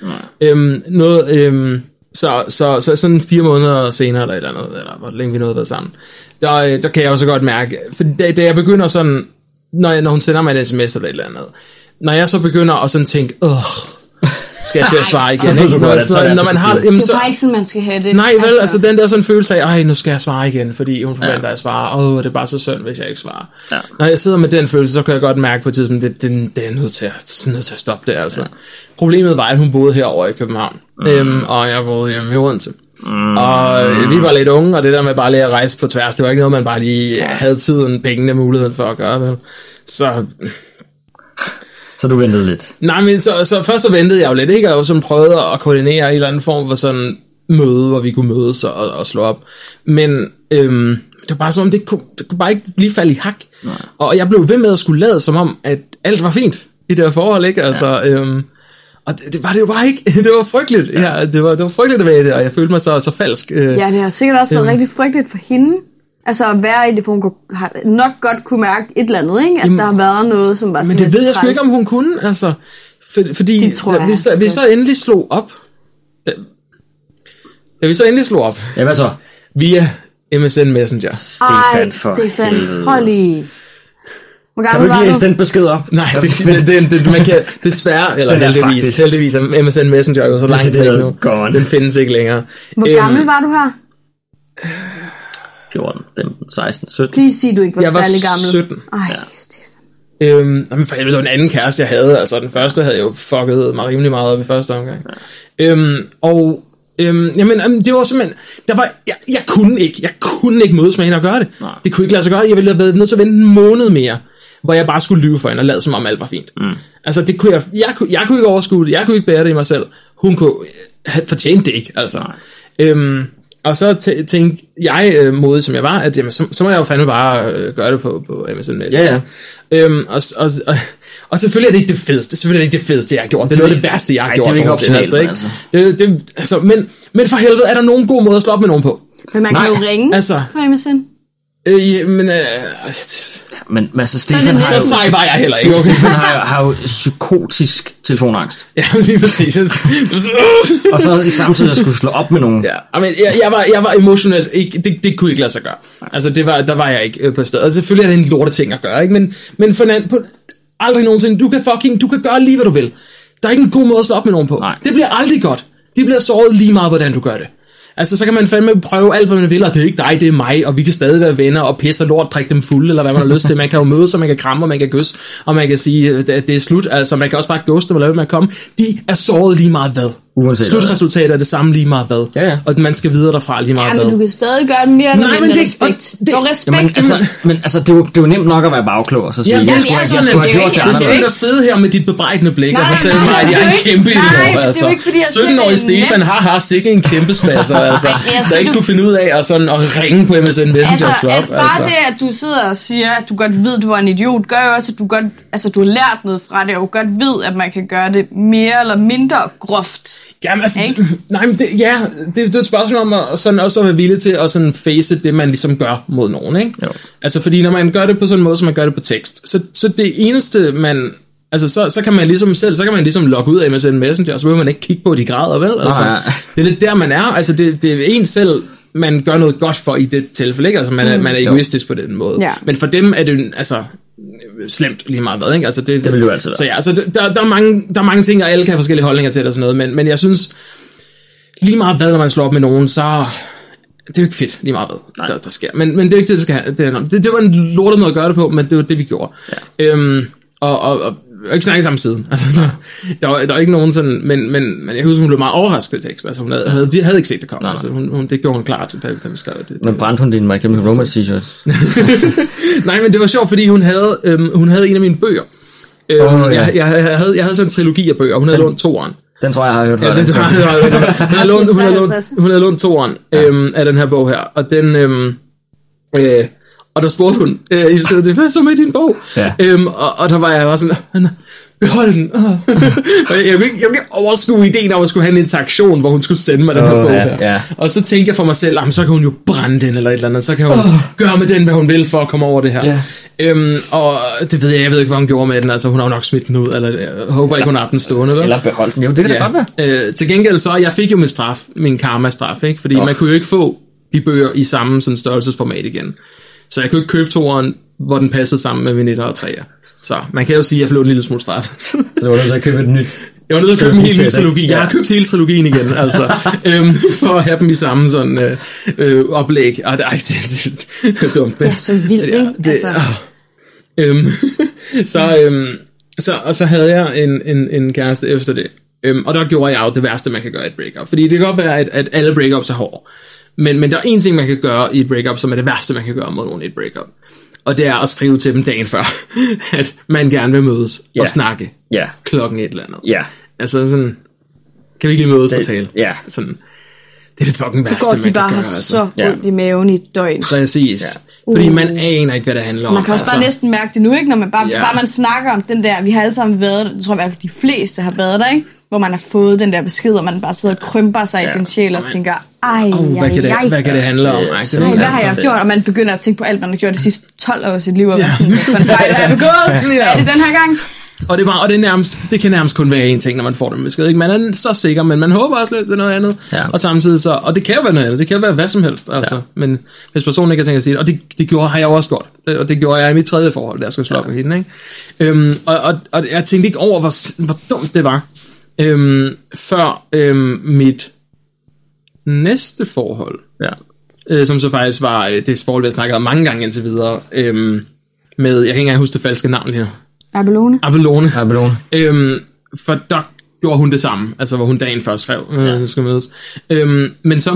Så sådan 4 måneder senere, eller et eller andet, eller hvor længe vi nåede at være sammen, der kan jeg også godt mærke, for da jeg begynder sådan, når hun sender mig en sms eller et eller andet, når jeg så begynder at sådan tænke, skal jeg til at svare igen, ikke? Når man har, det er bare ikke sådan, man skal have det. Nej, vel, altså den der sådan følelse af, nu skal jeg svare igen, fordi hun forventer, at jeg svarer, det er bare så synd, hvis jeg ikke svarer. Ja. Når jeg sidder med den følelse, så kan jeg godt mærke på et tidspunkt, det er nødt til at stoppe det, altså. Ja. Problemet var, at hun boede herovre i København, og jeg boede hjemme i Odense. Og vi var lidt unge, og det der med bare lige at rejse på tværs, det var ikke noget, man bare lige havde tiden, pengene, muligheden for at gøre, vel. Så du ventede lidt? Nej, men så først så ventede jeg jo lidt, ikke? Og jeg sådan prøvede at koordinere en eller anden form for sådan møde, hvor vi kunne mødes og slå op. Men det var bare som om, det kunne bare ikke lige falde i hak. Nej. Og jeg blev ved med at skulle lade som om, at alt var fint i det her forhold, ikke? Altså, og det var det jo bare ikke. Det var frygteligt. Ja, det var frygteligt at være det, og jeg følte mig så falsk. Ja, det har sikkert også været rigtig frygteligt for hende. Altså at være i det, for hun har nok godt kunne mærke et eller andet, ikke? At der har været noget, som var sådan. Men det ved jeg sgu ikke, om hun kunne, altså. Fordi vi så endelig slog op. Da vi så endelig slog op. Ja, hvad så? Via MSN Messenger. Stefan, hold lige. Kan du ikke læse den besked op? Nej, man kan desværre, eller heldigvis er MSN Messenger jo så langt væk nu. Den findes ikke længere. Hvor gammel var du her? 14, 15, 16, 17. Please sig, du ikke var særlig gammel. 17. Ej, Stefan. Men for helvede, det var en anden kæreste, jeg havde. Altså, den første havde jo fucket mig rimelig meget op i første omgang. Ja. Det var simpelthen... Jeg kunne ikke mødes med hende og gøre det. Nej. Det kunne ikke lade sig gøre. Jeg ville have været nødt til at vente en måned mere, hvor jeg bare skulle lyve for hende og lade som om alt var fint. Altså, det kunne jeg kunne ikke overskue det. Jeg kunne ikke bære det i mig selv. Hun kunne fortjente det ikke, altså. Og så tænkte jeg, modig som jeg var, at jamen, så må jeg jo fandme bare gøre det på MSN. Ja. Og selvfølgelig er det ikke det fedeste. Selvfølgelig er det ikke det fedeste, jeg har gjort. Det er noget af det værste, jeg har gjort. Det er ikke optimalt, altså. Men for helvede, er der nogen god måde at slå op med nogen på? Men man kan jo ringe på MSN. Men altså Stefan så sej var jeg heller ikke. Stefan har jo psykotisk telefonangst. Ja, lige præcis. Og så i samtidig at skulle slå op med nogen. Ja, men jeg var emotionelt ikke, det kunne ikke lade sig gøre. Altså der var jeg ikke på stedet. Og selvfølgelig er det en lorte ting at gøre, ikke? Men for aldrig nogensinde du kan gøre lige hvad du vil. Der er ikke en god måde at slå op med nogen på. Nej. Det bliver aldrig godt. De bliver såret lige meget hvordan du gør det. Altså, så kan man fandme prøve alt, hvad man vil, og det er ikke dig, det er mig, og vi kan stadig være venner, og pisse og lort, drikke dem fulde, eller hvad man har lyst til. Man kan jo mødes, og man kan kramme, og man kan kysse, og man kan sige, at det er slut. Altså, man kan også bare ghoste dem, og lade være med at komme. De er såret lige meget hvad. Uanset slutresultatet er det samme lige meget hvad. Ja. Og man skal videre derfra lige meget hvad. Ja, men du kan stadig gøre det mere eller mindre respekt. Det er respekt. Men det er jo nemt nok at være bagklog, og så sige, jeg skulle have gjort det. Det skal ikke sidde her med dit bebrejdende blik, og fortælle mig, at jeg er en kæmpe idiot, altså. 17-årig Stefan har sikke en kæmpe spasser, altså. Der ikke kunne finde ud af at ringe på MSN Messenger og slå op. Bare det, at du sidder og siger, at du godt ved, at du er en idiot, gør jo også, at du har lært noget fra det, og godt ved, at man kan gøre det mere eller mindre groft. Jamen, altså, nej, men det er et spørgsmål om at sådan også at være villig til at sådan face det, man ligesom gør mod nogen, ikke? Jo. Altså, fordi når man gør det på sådan en måde, som man gør det på tekst, så det eneste, man... Altså, så kan man ligesom logge ud af MSN Messenger, og så vil man ikke kigge på de grader, vel? Altså, det er lidt der, man er. Altså, det er en selv, man gør noget godt for i det tilfælde, ikke? Altså, man er egoistisk på den måde. Ja. Men for dem er det, altså... slemt lige meget hvad, ikke? Altså det vil jo altid være. Så ja, altså der er mange ting, og alle kan have forskellige holdninger til det og sådan noget, men jeg synes lige meget hvad, når man slår op med nogen, så det er jo ikke fedt lige meget hvad der sker, men det er ikke det skal have. Det var en lortet måde at gøre det på, men det var det vi gjorde. Ja. Og har ikke snakket sammen siden. Altså, der var ikke nogen sådan, men jeg husker, hun blev meget overrasket i teksten. Altså, hun havde ikke set det komme. Altså, det gjorde hun klart, da vi skrev det. Men brændte hun din My Chemical Romance t-shirt? Nej, men det var sjovt, fordi hun havde en af mine bøger. Jeg havde sådan en trilogi af bøger, hun havde lånt 2'eren. Den tror jeg har hørt. Ja, hun havde lånt 2'eren af den her bog her, og den... og der spurgte hun, hvad så med din bog? Ja. Og der var jeg bare sådan, behold den. Jeg kunne ikke overskue ideen om at skulle have en interaktion, hvor hun skulle sende mig den her bog her. Ja. Og så tænkte jeg for mig selv, så kan hun jo brænde den eller et eller andet, så kan hun gøre med den, hvad hun vil for at komme over det her. Ja. Og det ved jeg ved ikke, hvad hun gjorde med den, altså hun har jo nok smidt den ud, eller jeg håber ikke, hun har haft den stående. Vel? Eller beholdt den, jo, det kan det godt være. Til gengæld så, jeg fik jo min karma-straf, ikke? Fordi man kunne jo ikke få de bøger i samme sådan størrelsesformat igen. Så jeg kunne ikke købe 2'eren, hvor den passede sammen med Vinetter og 3'er. Så man kan jo sige, at jeg blev en lille smule straf. Så du var nødt til at købe et nyt? Jeg var nødt til at købe en helt ny trilogi. Jeg har købt hele trilogien igen, altså. For at have dem i samme sådan oplæg. Og det er dumt. Det er så vildt, ikke? Så havde jeg en kæreste efter det. Og der gjorde jeg jo det værste, man kan gøre i et breakup. Fordi det kan godt være, at alle breakups er hårde. Men der er en ting, man kan gøre i et breakup, som er det værste, man kan gøre mod nogen i et breakup. Og det er at skrive til dem dagen før, at man gerne vil mødes og snakke klokken et eller andet. Yeah. Altså sådan, kan vi ikke lige mødes og tale? Yeah. Sådan, det er det fucking værste, man kan gøre. Så går de bare så rundt i maven i et døgn. Præcis. Fordi man aner ikke, hvad det handler om. Man kan også bare næsten mærke det nu, ikke? Når man bare man snakker om den der, vi har alle sammen været, jeg tror i hvert fald de fleste har været der, ikke? Hvor man har fået den der besked, og man bare sidder og krymper sig i sin sjæl og tænker, hvad kan det handle om? Hvad har jeg gjort? Og man begynder at tænke på alt, man har gjort de sidste 12 år af sit liv, og hvad fejl har jeg begået? Er det den her gang? Og det kan nærmest kun være en ting, når man får den besked. Ikke? Man er så sikker, men man håber også lidt til noget andet. Ja. Og samtidig så, og det kan jo være noget andet, det kan jo være hvad som helst. Altså. Men hvis personen ikke har tænkt at sige det, og det har jeg også gjort. Og det gjorde jeg i mit tredje forhold, der jeg skulle slå op med hende. Ikke? Og jeg tænkte ikke over, hvor dumt det var. Før mit næste forhold, som så faktisk var det forhold, jeg snakkede om mange gange indtil videre, med, jeg kan ikke engang huske det falske navn her. Abelone. For der gjorde hun det samme, altså hvor hun dagen før skrev, skal mødes. Men så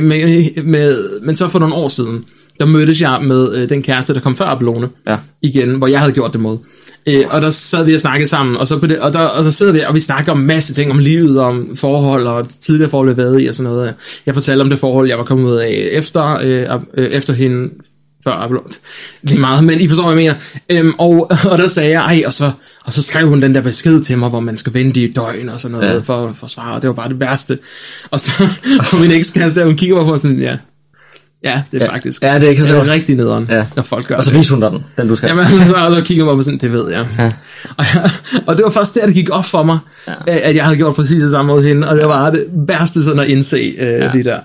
men så for nogle år siden, der mødtes jeg med den kæreste, der kom før Abelone, igen, hvor jeg havde gjort det mod. Og der sad vi og snakkede sammen, og så sidder vi, og vi snakker om masse ting, om livet, om forhold, og tidligere forhold, jeg været i, og sådan noget. Jeg fortalte om det forhold, jeg var kommet ud af efter hende, før Abelone. Det er meget, men I forstår, hvad jeg mener. Og der sagde jeg, og så skrev hun den der besked til mig, hvor man skal vente i et døgn, og sådan noget, for at svare, og det var bare det værste. Og så min ekskæreste, hun kigger på mig Ja, det er faktisk. Ja, det er ikke så det er rigtig nederen, når folk gør det. Og så viser hun dig den du skal. Jamen, så kigger jeg på sådan, det ved jeg. Ja. Og det var først der, det gik op for mig, at jeg havde gjort præcis det samme mod hende, og det var det værste sådan at indse det der.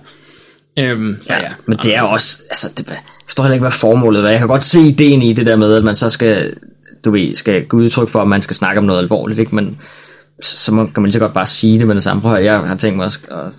Men det er jo også, altså, jeg forstår heller ikke, hvad formålet er. Jeg kan godt se ideen i det der med, at man så skal gå udtryk for, at man skal snakke om noget alvorligt, ikke? Men så kan man lige så godt bare sige det med det samme. Prøv at jeg har tænkt mig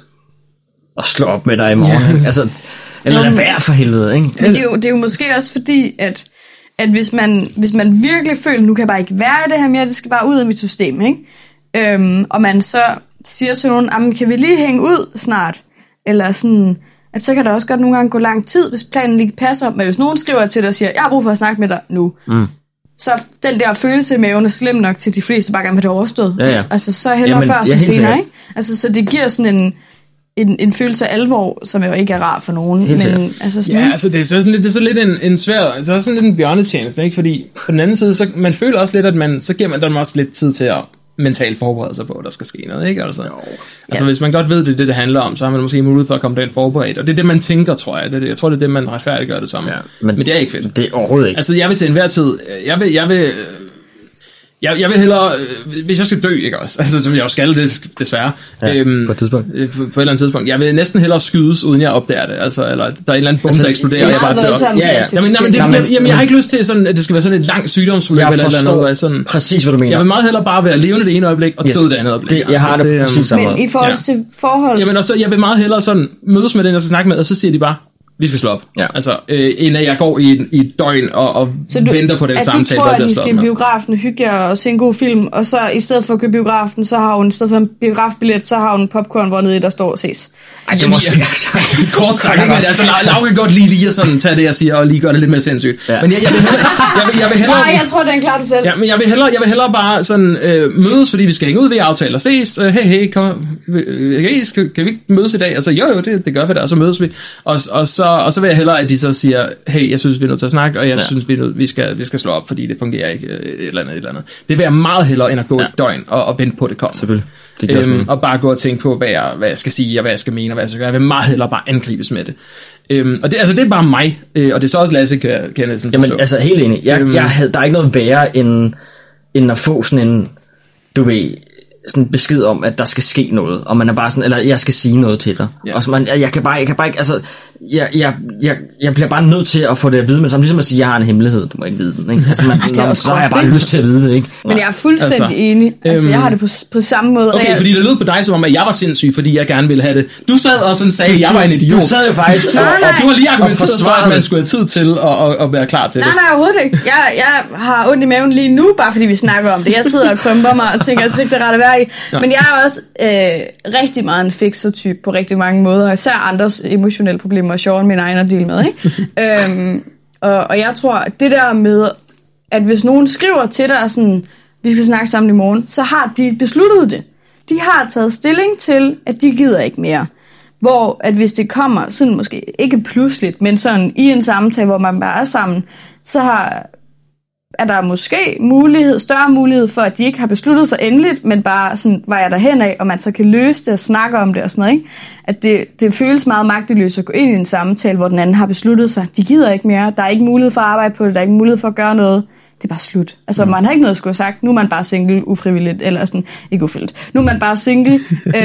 at slå op med dig i morgen. Yeah. Altså, eller lad være for helvede, ikke? Men det er jo måske også fordi, at hvis man virkelig føler, nu kan jeg bare ikke være i det her mere, det skal bare ud af mit system, ikke? Og man så siger til nogen, kan vi lige hænge ud snart? Eller sådan, at så kan der også godt nogle gange gå lang tid, hvis planen lige passer. Men hvis nogen skriver til dig og siger, jeg har brug for at snakke med dig nu, så den der følelse i maven er slem nok til de fleste, bare gerne vil det overstået. Ja. Altså så hellere før som senere, ikke? Altså så det giver sådan en følelse af alvor, som jo ikke er rar for nogen. Men, altså sådan, altså det er så lidt en svær, det er sådan lidt en bjørnetjeneste, ikke? Fordi på den anden side, så man føler også lidt, så giver man dem også lidt tid til at mentalt forberede sig på, at der skal ske noget, ikke? Altså hvis man godt ved, det handler om, så har man måske mulighed for at komme derind forberedt, og det er det, man tænker, tror jeg. Jeg tror, det er det, man retfærdiggør det som. Men det er ikke fedt. Det er overhovedet ikke. Altså jeg vil til enhver tid, jeg vil hellere, hvis jeg skal dø, ikke også? Altså, som jeg jo skal, desværre. På et tidspunkt. På et eller andet tidspunkt. Jeg vil næsten hellere skydes, uden jeg opdager det. Altså, eller der er en eller anden bombe, der eksploderer, og jeg bare dør. Jamen, jeg har ikke lyst til, sådan, at det skal være sådan et langt sygdomsforløb, eller noget. Sådan, præcis, hvad du mener. Jeg vil meget hellere bare være levende det ene øjeblik, og død det andet øjeblik. Jeg har det præcis samme. Men i forhold til forhold... Jamen, og så, jeg vil meget hellere sådan mødes med den, jeg skal snakke med, og så siger de bare, Vi skal slå op. Ja. Altså, inden jeg går i et døgn og venter på den samtale, der bliver slået op. Så du tror, at I skal i med. biografen, hygge jer og se en god film, og så i stedet for at købe biografen, så har hun i stedet for en biografbillet, så har hun popcorn, hvor nede der står ses. Ej, det må kort sagt, ikke? Men altså, Laura kan godt lige at sådan tage det, jeg siger, og lige gøre det lidt mere sindssygt. Ja. Men jeg vil hellere... Nej, jeg tror, den klarer du selv. Ja, men jeg vil hellere bare sådan mødes, fordi vi skal hænge ud ved aftale og ses. Hey, kom, kan vi ikke mødes i dag? Altså, jo, det gør vi da, og så mødes vi. Og så vil jeg hellere, at de så siger, hey, jeg synes, vi er nødt til at snakke, og jeg synes, vi skal slå op, fordi det fungerer ikke, et eller andet. Det vil jeg meget hellere, end at gå et døgn og vente på, det kommer. Selvfølgelig. Og bare gå og tænke på, hvad jeg skal sige, og hvad jeg skal mene, og hvad jeg skal gøre. Jeg vil meget hellere bare angribes med det. Og det er bare mig, og det er så også Lasse, kan jeg næsten forstå. Jamen, altså helt enig. Der er ikke noget værre, end at få sådan en, du ved, sådan en besked om, at der skal ske noget, og man er bare sådan, eller jeg skal sige noget til dig. Ja. Og så jeg kan bare ikke, altså, jeg bliver bare nødt til at få det at vide, men som ligesom at sige, jeg har en hemmelighed, du må ikke vide den, ikke? Altså, så har jeg bare lyst til at vide det, ikke? Men jeg er fuldstændig enig. Altså, jeg har det på samme måde. Okay, fordi det lød på dig som om, at jeg var sindssyg, fordi jeg gerne ville have det. Du sad og sådan sagde, at jeg var en idiot. Du sad jo faktisk, og du har lige argumenteret for, at man skulle have tid til at være klar til det. Nej, overhovedet ikke. Jeg har ondt i maven lige nu, bare fordi vi snakker om det. Jeg sidder og krymper mig og tænker, at det er ret at være i. Men jeg er også rigtig meget en fixer-type på rigtig mange måder, især andres emotionelle problemer, sjovere end min egen at dele med, ikke? Og jeg tror, at det der med, at hvis nogen skriver til dig sådan, vi skal snakke sammen i morgen, så har de besluttet det. De har taget stilling til, at de gider ikke mere. Hvor at hvis det kommer sådan måske ikke pludseligt, men sådan i en samtale, hvor man bare er sammen, så er der måske større mulighed for, at de ikke har besluttet sig endeligt, men bare sådan, var jeg derhen af, og man så kan løse det og snakke om det og sådan noget, ikke? At det føles meget magteløst at gå ind i en samtale, hvor den anden har besluttet sig. De gider ikke mere, der er ikke mulighed for at arbejde på det, der er ikke mulighed for at gøre noget. Det er bare slut. Altså, man har ikke noget at skulle have sagt, nu er man bare single ufrivilligt, eller sådan, ikke ufrivilligt. Nu er man bare single,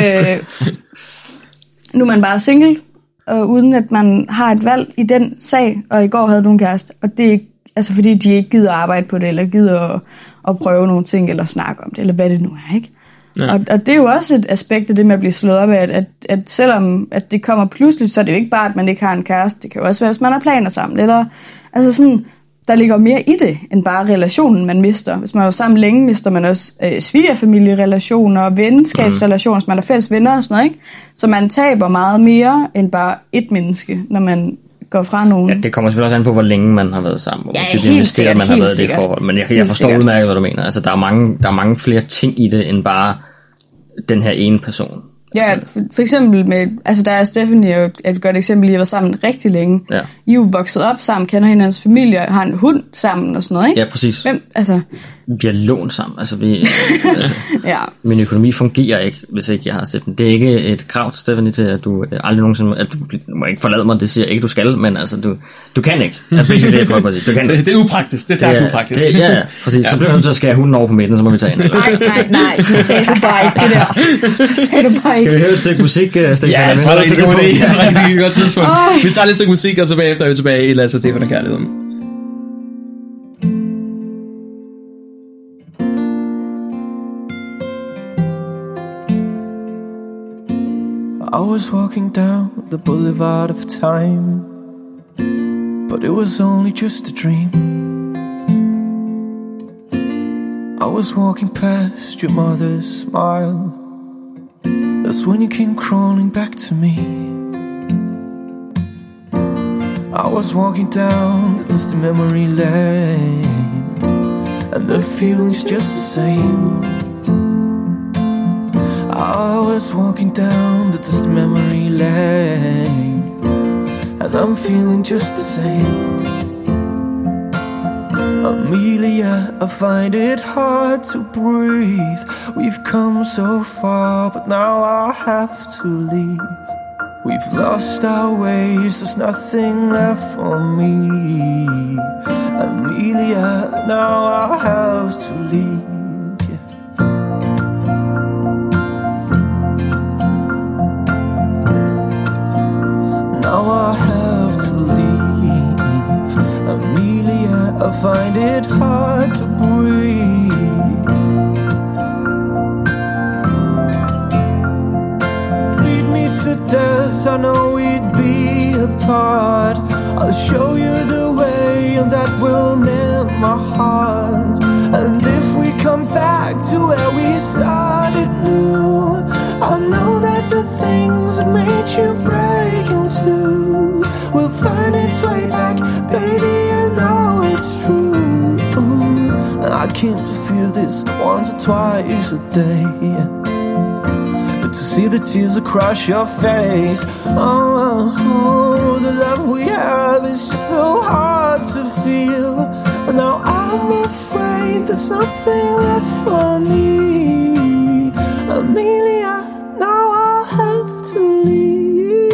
uden at man har et valg i den sag, og i går havde du en kæreste, og det er ikke, altså fordi de ikke gider at arbejde på det, eller gider at prøve nogle ting, eller snakke om det, eller hvad det nu er, ikke? Ja. Og det er jo også et aspekt af det med at blive slået op af, at selvom at det kommer pludseligt, så er det jo ikke bare, at man ikke har en kæreste. Det kan jo også være, hvis man har planer sammen, eller altså sådan, der ligger mere i det, end bare relationen, man mister. Hvis man er sammen længe, mister man også svigerfamilierelationer og venskabsrelationer, hvis man er fælles venner og sådan noget, ikke? Så man taber meget mere, end bare et menneske, når man går fra nogen. Ja, det kommer selvfølgelig også an på, hvor længe man har været sammen, og ja, hvor investeret man har været i det forhold. Men jeg forstår udmærket, hvad du mener. Altså, der er mange flere ting i det, end bare den her ene person. Ja, for eksempel med, altså der er Stephanie jo et godt eksempel, I har været sammen rigtig længe. Ja. I er jo vokset op sammen, kender hinandens familie, har en hund sammen og sådan noget, ikke? Ja, præcis. Hvem, altså... Vi har lånt sammen, altså ja. Min økonomi fungerer ikke, hvis ikke jeg har set den. Det er ikke et krav til Stephanie til, at du aldrig nogensinde, at du må ikke forlade mig, det siger jeg ikke, du skal, men altså, du kan ikke. Det er jeg prøver at sige. Du kan det er upraktisk, det er stærkt upraktisk. Ja, præcis. Ja. Så bliver du nødt til at skære hunden over på midten, så må vi tage ind. Nej, det sagde du bare ikke, det der. Skal vi høre et stykke musik, Stefan? Ja, jeg tror, det er en god idé. Jeg tror, det er et godt tidspunkt. Vi tager lidt stykke musik, og så bagefter er vi tilbage i Lasse og Stefan og Kærligheden. I was walking down the boulevard of time, but it was only just a dream. I was walking past your mother's smile. That's when you came crawling back to me. I was walking down the dusty memory lane, and the feeling's just the same. I was walking down the dusty memory lane, and I'm feeling just the same. Amelia, I find it hard to breathe. We've come so far, but now I have to leave. We've lost our ways, there's nothing left for me. Amelia, now I have to leave. Now I have to leave. Amelia, I find it hard to breathe. Beat me to death, I know we'd be apart. will find its way back. Baby, I know it's true. I can't feel this once or twice a day, but to see the tears across your face. Oh, the love we have is just so hard to feel. But now I'm afraid there's nothing left for me. Amelia, now I'll have to leave.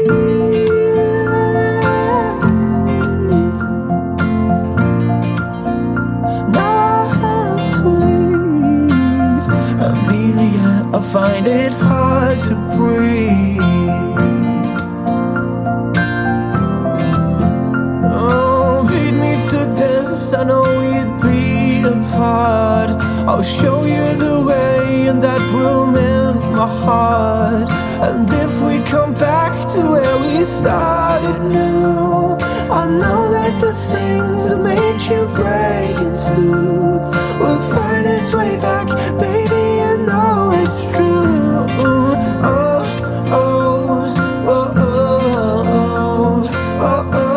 Now I'll have to leave. Amelia, I find it hard to breathe. Oh, beat me to death, I know we'd be apart. I'll show you the way, and that will mend my heart. And if we come back to where we started new, I know that the things that made you break in two will find its way back. Baby, I know it's true. Oh, oh, oh, oh, oh, oh, oh.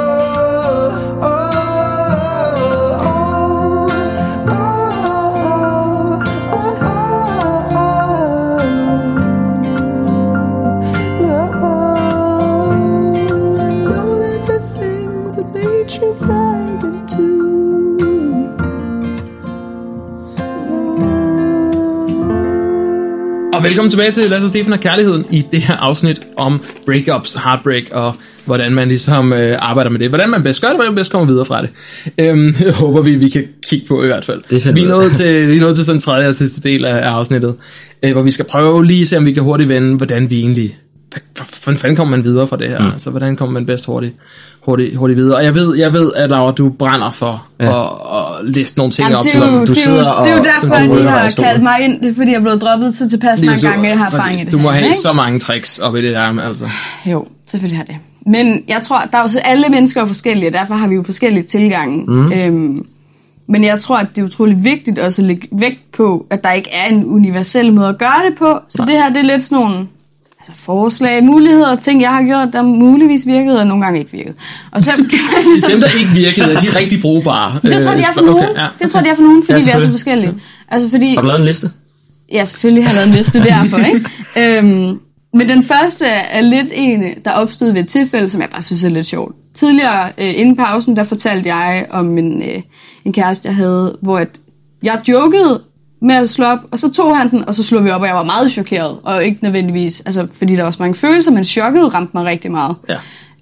Og velkommen tilbage til Lasse og Stefan og Kærligheden i det her afsnit om breakups, heartbreak og hvordan man ligesom arbejder med det. Hvordan man bedst gør det, hvordan man bedst kommer videre fra det. Håber vi kan kigge på i hvert fald. Vi er nået til sådan en tredje og sidste del af afsnittet, hvor vi skal prøve lige at se, om vi kan hurtigt vende, hvordan vi egentlig... Hvordan fanden kommer man videre fra det her? Altså, hvordan kommer man bedst hurtigt videre? Og jeg ved, at Laura, du brænder for at liste nogle ting op, som du sidder og... Det er jo derfor, at de har kaldt mig ind. Det er, fordi jeg er blevet droppet til tilpas mange gange, jeg har erfaring i det. Du må have så mange tricks op i det der, altså. Jo, selvfølgelig har det. Men jeg tror, der er jo alle mennesker er forskellige, og derfor har vi jo forskellige tilgange. Men jeg tror, at det er utrolig vigtigt også at lægge vægt på, at der ikke er en universel måde at gøre det på. Så det her, det er lidt sådan nogle... Altså forslag, muligheder, ting jeg har gjort, der muligvis virkede, og nogle gange ikke virkede. Og så kan man ligesom... Dem, der ikke virkede, er de rigtig brugbare. Det tror jeg, de er for nogen. Okay, ja. Det tror jeg, de er for nogen, fordi vi er så forskellige. Altså, fordi... Har du lavet en liste? Ja, selvfølgelig har jeg lavet en liste, det er derfor, ikke? Men den første er lidt en, der opstod ved et tilfælde, som jeg bare synes er lidt sjovt. Tidligere, inden pausen, der fortalte jeg om en kæreste, jeg havde, hvor jeg jokede med at slå op, og så tog han den, og så slog vi op, og jeg var meget chokeret, og ikke nødvendigvis, altså fordi der var så mange følelser, men chokket ramte mig rigtig meget. Ja.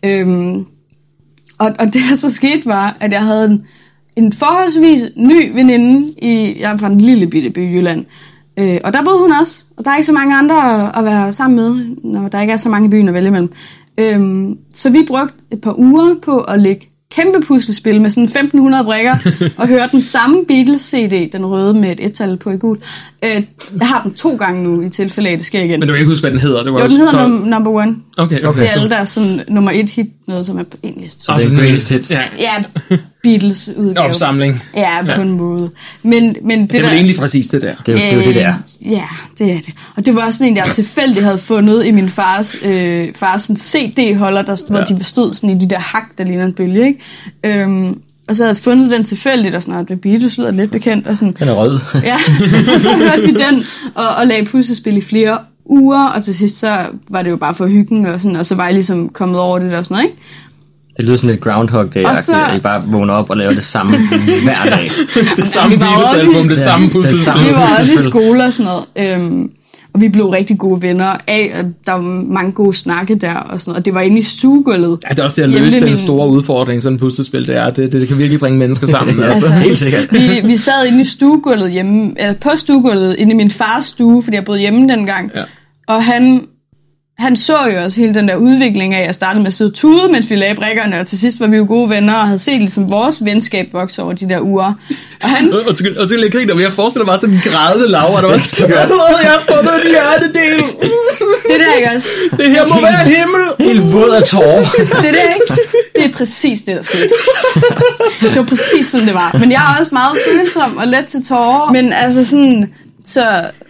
Og det der så skete var, at jeg havde en forholdsvis ny veninde jeg var fra en lille bitte by i Jylland, og der boede hun også, og der er ikke så mange andre at være sammen med, når der ikke er så mange i byen at vælge imellem. Så vi brugte et par uger på at lægge kæmpe puslespil med sådan 1500 brikker, og høre den samme Beatles-CD, den røde med et ettal på i gul. Jeg har den 2 gange nu, i tilfælde af, det sker igen. Men du kan ikke huske, hvad den hedder? Den hedder Number One. Okay. Det er alle, der er sådan nummer 1 hit, noget som er på en liste. Så det er greatest hits. Ja, Beatles-udgave. Opsamling. Ja, på en måde. Men det er vel egentlig præcis det der. Det er jo det der. Ja, det er det. Og det var også sådan en, jeg tilfældigt havde fundet i min fars CD-holder, hvor de bestod sådan i de der hak, der ligner en bølge, ikke? Og så havde jeg fundet den tilfældigt, og sådan, at Beatles lyder lidt bekendt. Og sådan, den er rød. Ja, og så hørte vi den, og lagde puslespil i flere uger, og til sidst så var det jo bare for hyggen, og så var jeg ligesom kommet over det der og sådan noget, ikke? Det lyder sådan lidt Groundhog Day-agtigt, at I bare vågner op og laver det samme hver dag. Det samme Beatles-album, det samme puslespil. Vi var også i skole og sådan noget. Og vi blev rigtig gode venner af, der var mange gode snakke der og sådan noget, og det var inde i stuegulvet. Ja, det er også det at løse den store udfordring, sådan et puslespil, det kan virkelig bringe mennesker sammen. Altså, helt sikkert. Vi sad inde i stuegulvet hjemme, eller på stuegulvet, inde i min fars stue, fordi jeg boede hjemme dengang, og han så jo også hele den der udvikling af, at jeg startede med at sidde og tude, mens vi lagde brikkerne, og til sidst var vi jo gode venner, og havde set ligesom vores venskab vokse over de der uger. Og han... Og til jeg griner, men jeg forestiller mig sådan en grædende Laura, der var sådan, jeg har fundet en hjertedel. Det der, ikke også? Det her må være en himmel. Helt våd af tårer. Det der, ikke? Det er præcis det, der skete. Det var præcis sådan, det var. Men jeg er også meget følsom og let til tårer. Men altså sådan,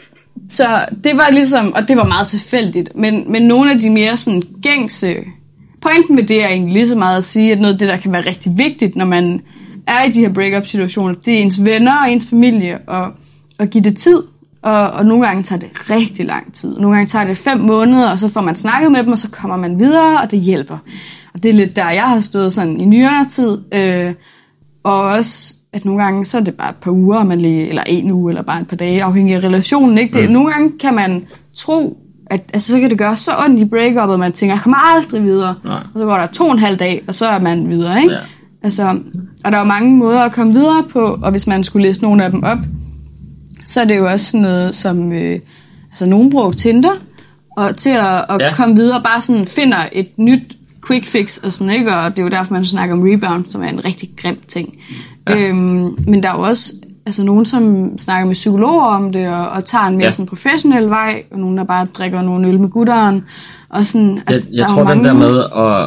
så det var ligesom, og det var meget tilfældigt, men nogle af de mere sådan gængse pointen med det er egentlig lige så meget at sige, at noget af det, der kan være rigtig vigtigt, når man er i de her break-up-situationer, det er ens venner og ens familie, og give det tid. Og nogle gange tager det rigtig lang tid. Nogle gange tager det 5 måneder, og så får man snakket med dem, og så kommer man videre, og det hjælper. Og det er lidt der, jeg har stået sådan i nyere tid. Og også, at nogle gange, så er det bare et par uger, eller 1 uge, eller bare et par dage, afhængig af relationen. Ikke? Nogle gange kan man tro, at altså, så kan det gøre så ondt i break-up, at man tænker, jeg kommer aldrig videre. Nej. Og så går der 2,5 dage, og så er man videre. Ikke? Ja. Altså, og der er jo mange måder at komme videre på, og hvis man skulle læse nogle af dem op, så er det jo også noget som, altså nogen bruger Tinder, og til at komme videre, bare sådan finder et nyt quick fix og sådan, ikke? Og det er jo derfor, man snakker om rebound, som er en rigtig grim ting. Ja. Men der er jo også altså nogen, som snakker med psykologer om det, og tager en mere sådan professionel vej, og nogen, der bare drikker nogle øl med gutteren. Og sådan, jeg tror, den der med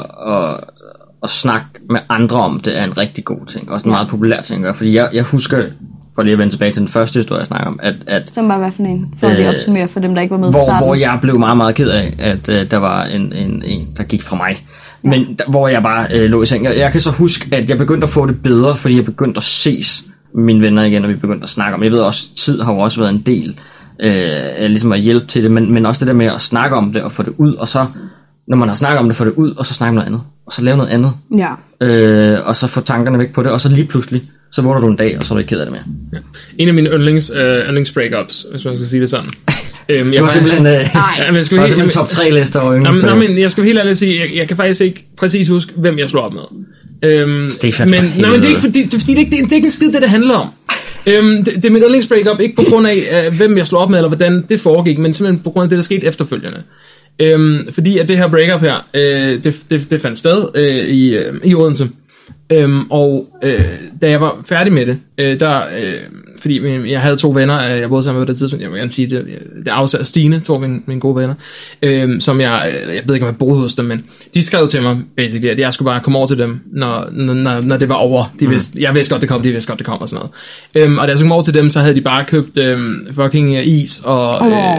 at snakke med andre om det, er en rigtig god ting. Også en meget populær ting at gøre, fordi jeg husker, for lige at vende tilbage til den første historie, jeg snakker om, at som var hvad for en? For at opsummere for dem, der ikke var med på starten. Hvor jeg blev meget, meget ked af, at der var en, der gik fra mig. Ja. Men hvor jeg bare lå i seng. Jeg kan så huske, at jeg begyndte at få det bedre, fordi jeg begyndte at ses med mine venner igen, og vi begyndte at snakke om. Jeg ved også, tid har jo også været en del ligesom at hjælpe til det, men også det der med at snakke om det og få det ud, og så, når man har snakket om det, få det ud, og så snakke noget andet, og så lave noget andet. Ja. Og så få tankerne væk på det, og så lige pludselig, så vågner du en dag, og så er du ikke ked af det mere. Ja. En af mine yndlings breakups, hvis man skal sige det sådan. Det var simpelthen top 3 lister over yndlings. Men jeg skal helt ærligt sige, jeg kan faktisk ikke præcis huske, hvem jeg slog op med. Stefan. Men det er ikke fordi, det er ikke en skid, det handler om. Det er mit yndlings breakup, ikke på grund af, hvem jeg slog op med, eller hvordan det foregik, men simpelthen på grund af det, der skete efterfølgende. Fordi at det her breakup her, det fandt sted i Odense. Og da jeg var færdig med det, fordi jeg havde 2 venner, jeg boede sammen med på det tidspunkt, jeg vil gerne sige det afsat Stine, 2 af mine gode venner, som jeg ved ikke om jeg boede hos dem, men de skrev til mig basically, at jeg skulle bare komme over til dem, når det var over. Jeg vidste godt det kom, de vidste godt det kom og sådan noget. Og da jeg skulle komme over til dem, så havde de bare købt fucking is og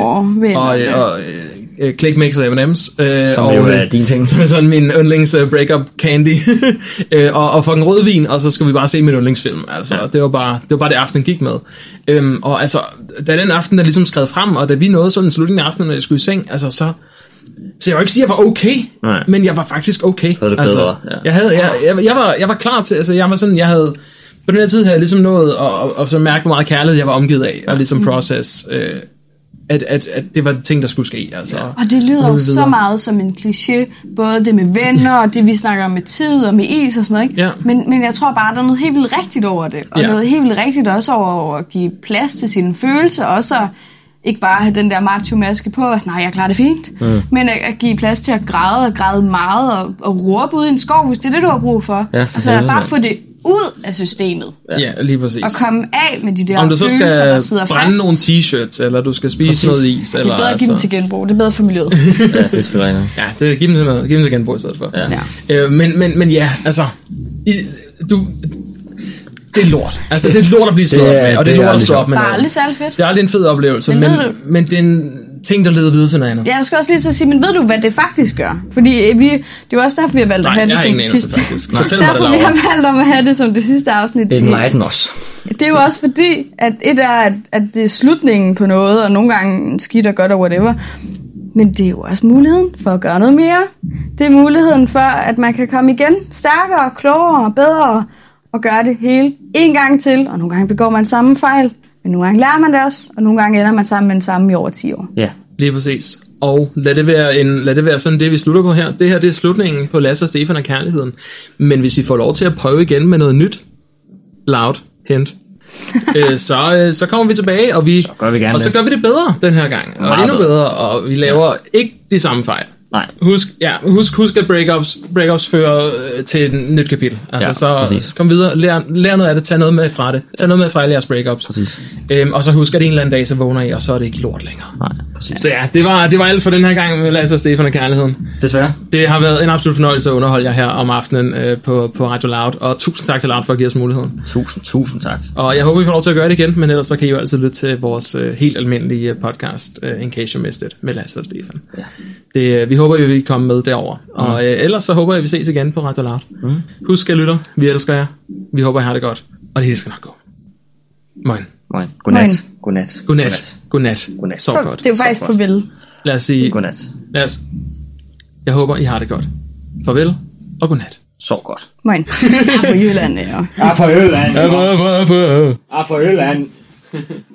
Clickmix og M&M's. Som jo er dine ting. Som er sådan min yndlings breakup candy. og fucking rødvin, og så skulle vi bare se min yndlingsfilm. Altså, det var bare det aften gik med. Og altså, da den aften der ligesom skred frem, og da vi nåede sådan en slutning af aftenen, når jeg skulle i seng, altså så jeg vil ikke sige, at jeg var okay, men jeg var faktisk okay. Havde det bedre, ja. Jeg var klar til, altså jeg var sådan, jeg havde, på den her tid havde jeg ligesom nået at så mærke, hvor meget kærlighed jeg var omgivet af, og ligesom process, at det var ting, der skulle ske. Altså. Ja. Og det lyder jo så meget som en kliché, både det med venner, og det vi snakker om med tid, og med is og sådan noget, ikke? Ja. Men jeg tror bare, der er noget helt vildt rigtigt over det, og noget helt vildt rigtigt også over at give plads til sine følelser, også ikke bare have den der macho-maske på, og sådan, nej, jeg klarer det fint, men at give plads til at græde meget, og råbe ud i en skov, hvis det er det, du har brug for. Ja, for altså bare få det ud af systemet. Ja, lige præcis. Og komme af med de der om du så følelser, der sidder brænde fast. Nogle t-shirts, eller du skal spise noget is. Det er bedre at give dem til genbrug. Det er bedre for miljøet. Ja, det er selvfølgelig rigtigt. Ja, det giv dem til genbrug i stedet for. Ja. Men ja, altså det er lort. Altså, det er lort at blive slået op med, og det er lort at slå op med. Det er aldrig særlig fedt. Det er aldrig en fed oplevelse, men det er en ting, der leder videre til noget andet. Ja, jeg skal også lige så sige, men ved du, hvad det faktisk gør? Fordi det er jo også derfor, vi har valgt at have det som det sidste. Derfor vi har valgt at have det som det sidste afsnit. Enlighten os. Det er jo også fordi, at et er, at det er slutningen på noget, og nogle gange skidt og godt og whatever. Men det er jo også muligheden for at gøre noget mere. Det er muligheden for, at man kan komme igen stærkere, klogere, bedre, og gøre det hele en gang til. Og nogle gange begår man samme fejl, men nogle gange lærer man det også, og nogle gange ender man sammen med den samme i over 10 år. Ja, lige præcis. Og lad det være sådan det, vi slutter på her. Det her, det er slutningen på Lasse og Stefan og kærligheden. Men hvis I får lov til at prøve igen med noget nyt, loud, hint, så kommer vi tilbage, og så gør vi det bedre den her gang. Og endnu bedre, og vi laver ikke de samme fejl. Nej. Husk at breakups fører til et nyt kapitel. Altså, så kom videre, lær noget af det, tag noget med fra det. Tag noget med fra alle jeres breakups. Og så husk, at en eller anden dag, så vågner I, og så er det ikke lort længere. Nej. præcis. Så ja, det var alt for den her gang med Lasse og Stefan og Kærligheden. Desværre. Det har været en absolut fornøjelse at underholde jer her om aftenen på Radio Loud, og tusind tak til Loud for at give os muligheden. Tusind tak. Og jeg håber, vi får lov til at gøre det igen, men ellers så kan I jo altid lytte til vores helt almindelige podcast, In Case You Missed It, med Lasse og Stefan. Ja. Vi håber, I vil komme med derover. Og ellers så håber jeg, vi ses igen på Radio Loud. Husk, at lytter. Vi elsker jer. Vi håber, I har det godt. Og det hele skal nok gå. Moin. Godnat. Godnat. Så godt. Det er jo faktisk farvel. Lad os sige... Godnat. Jeg håber, I har det godt. Farvel og godnat. Sov godt. Moin. Jeg er fra Jylland, ja. Jeg er fra Jylland.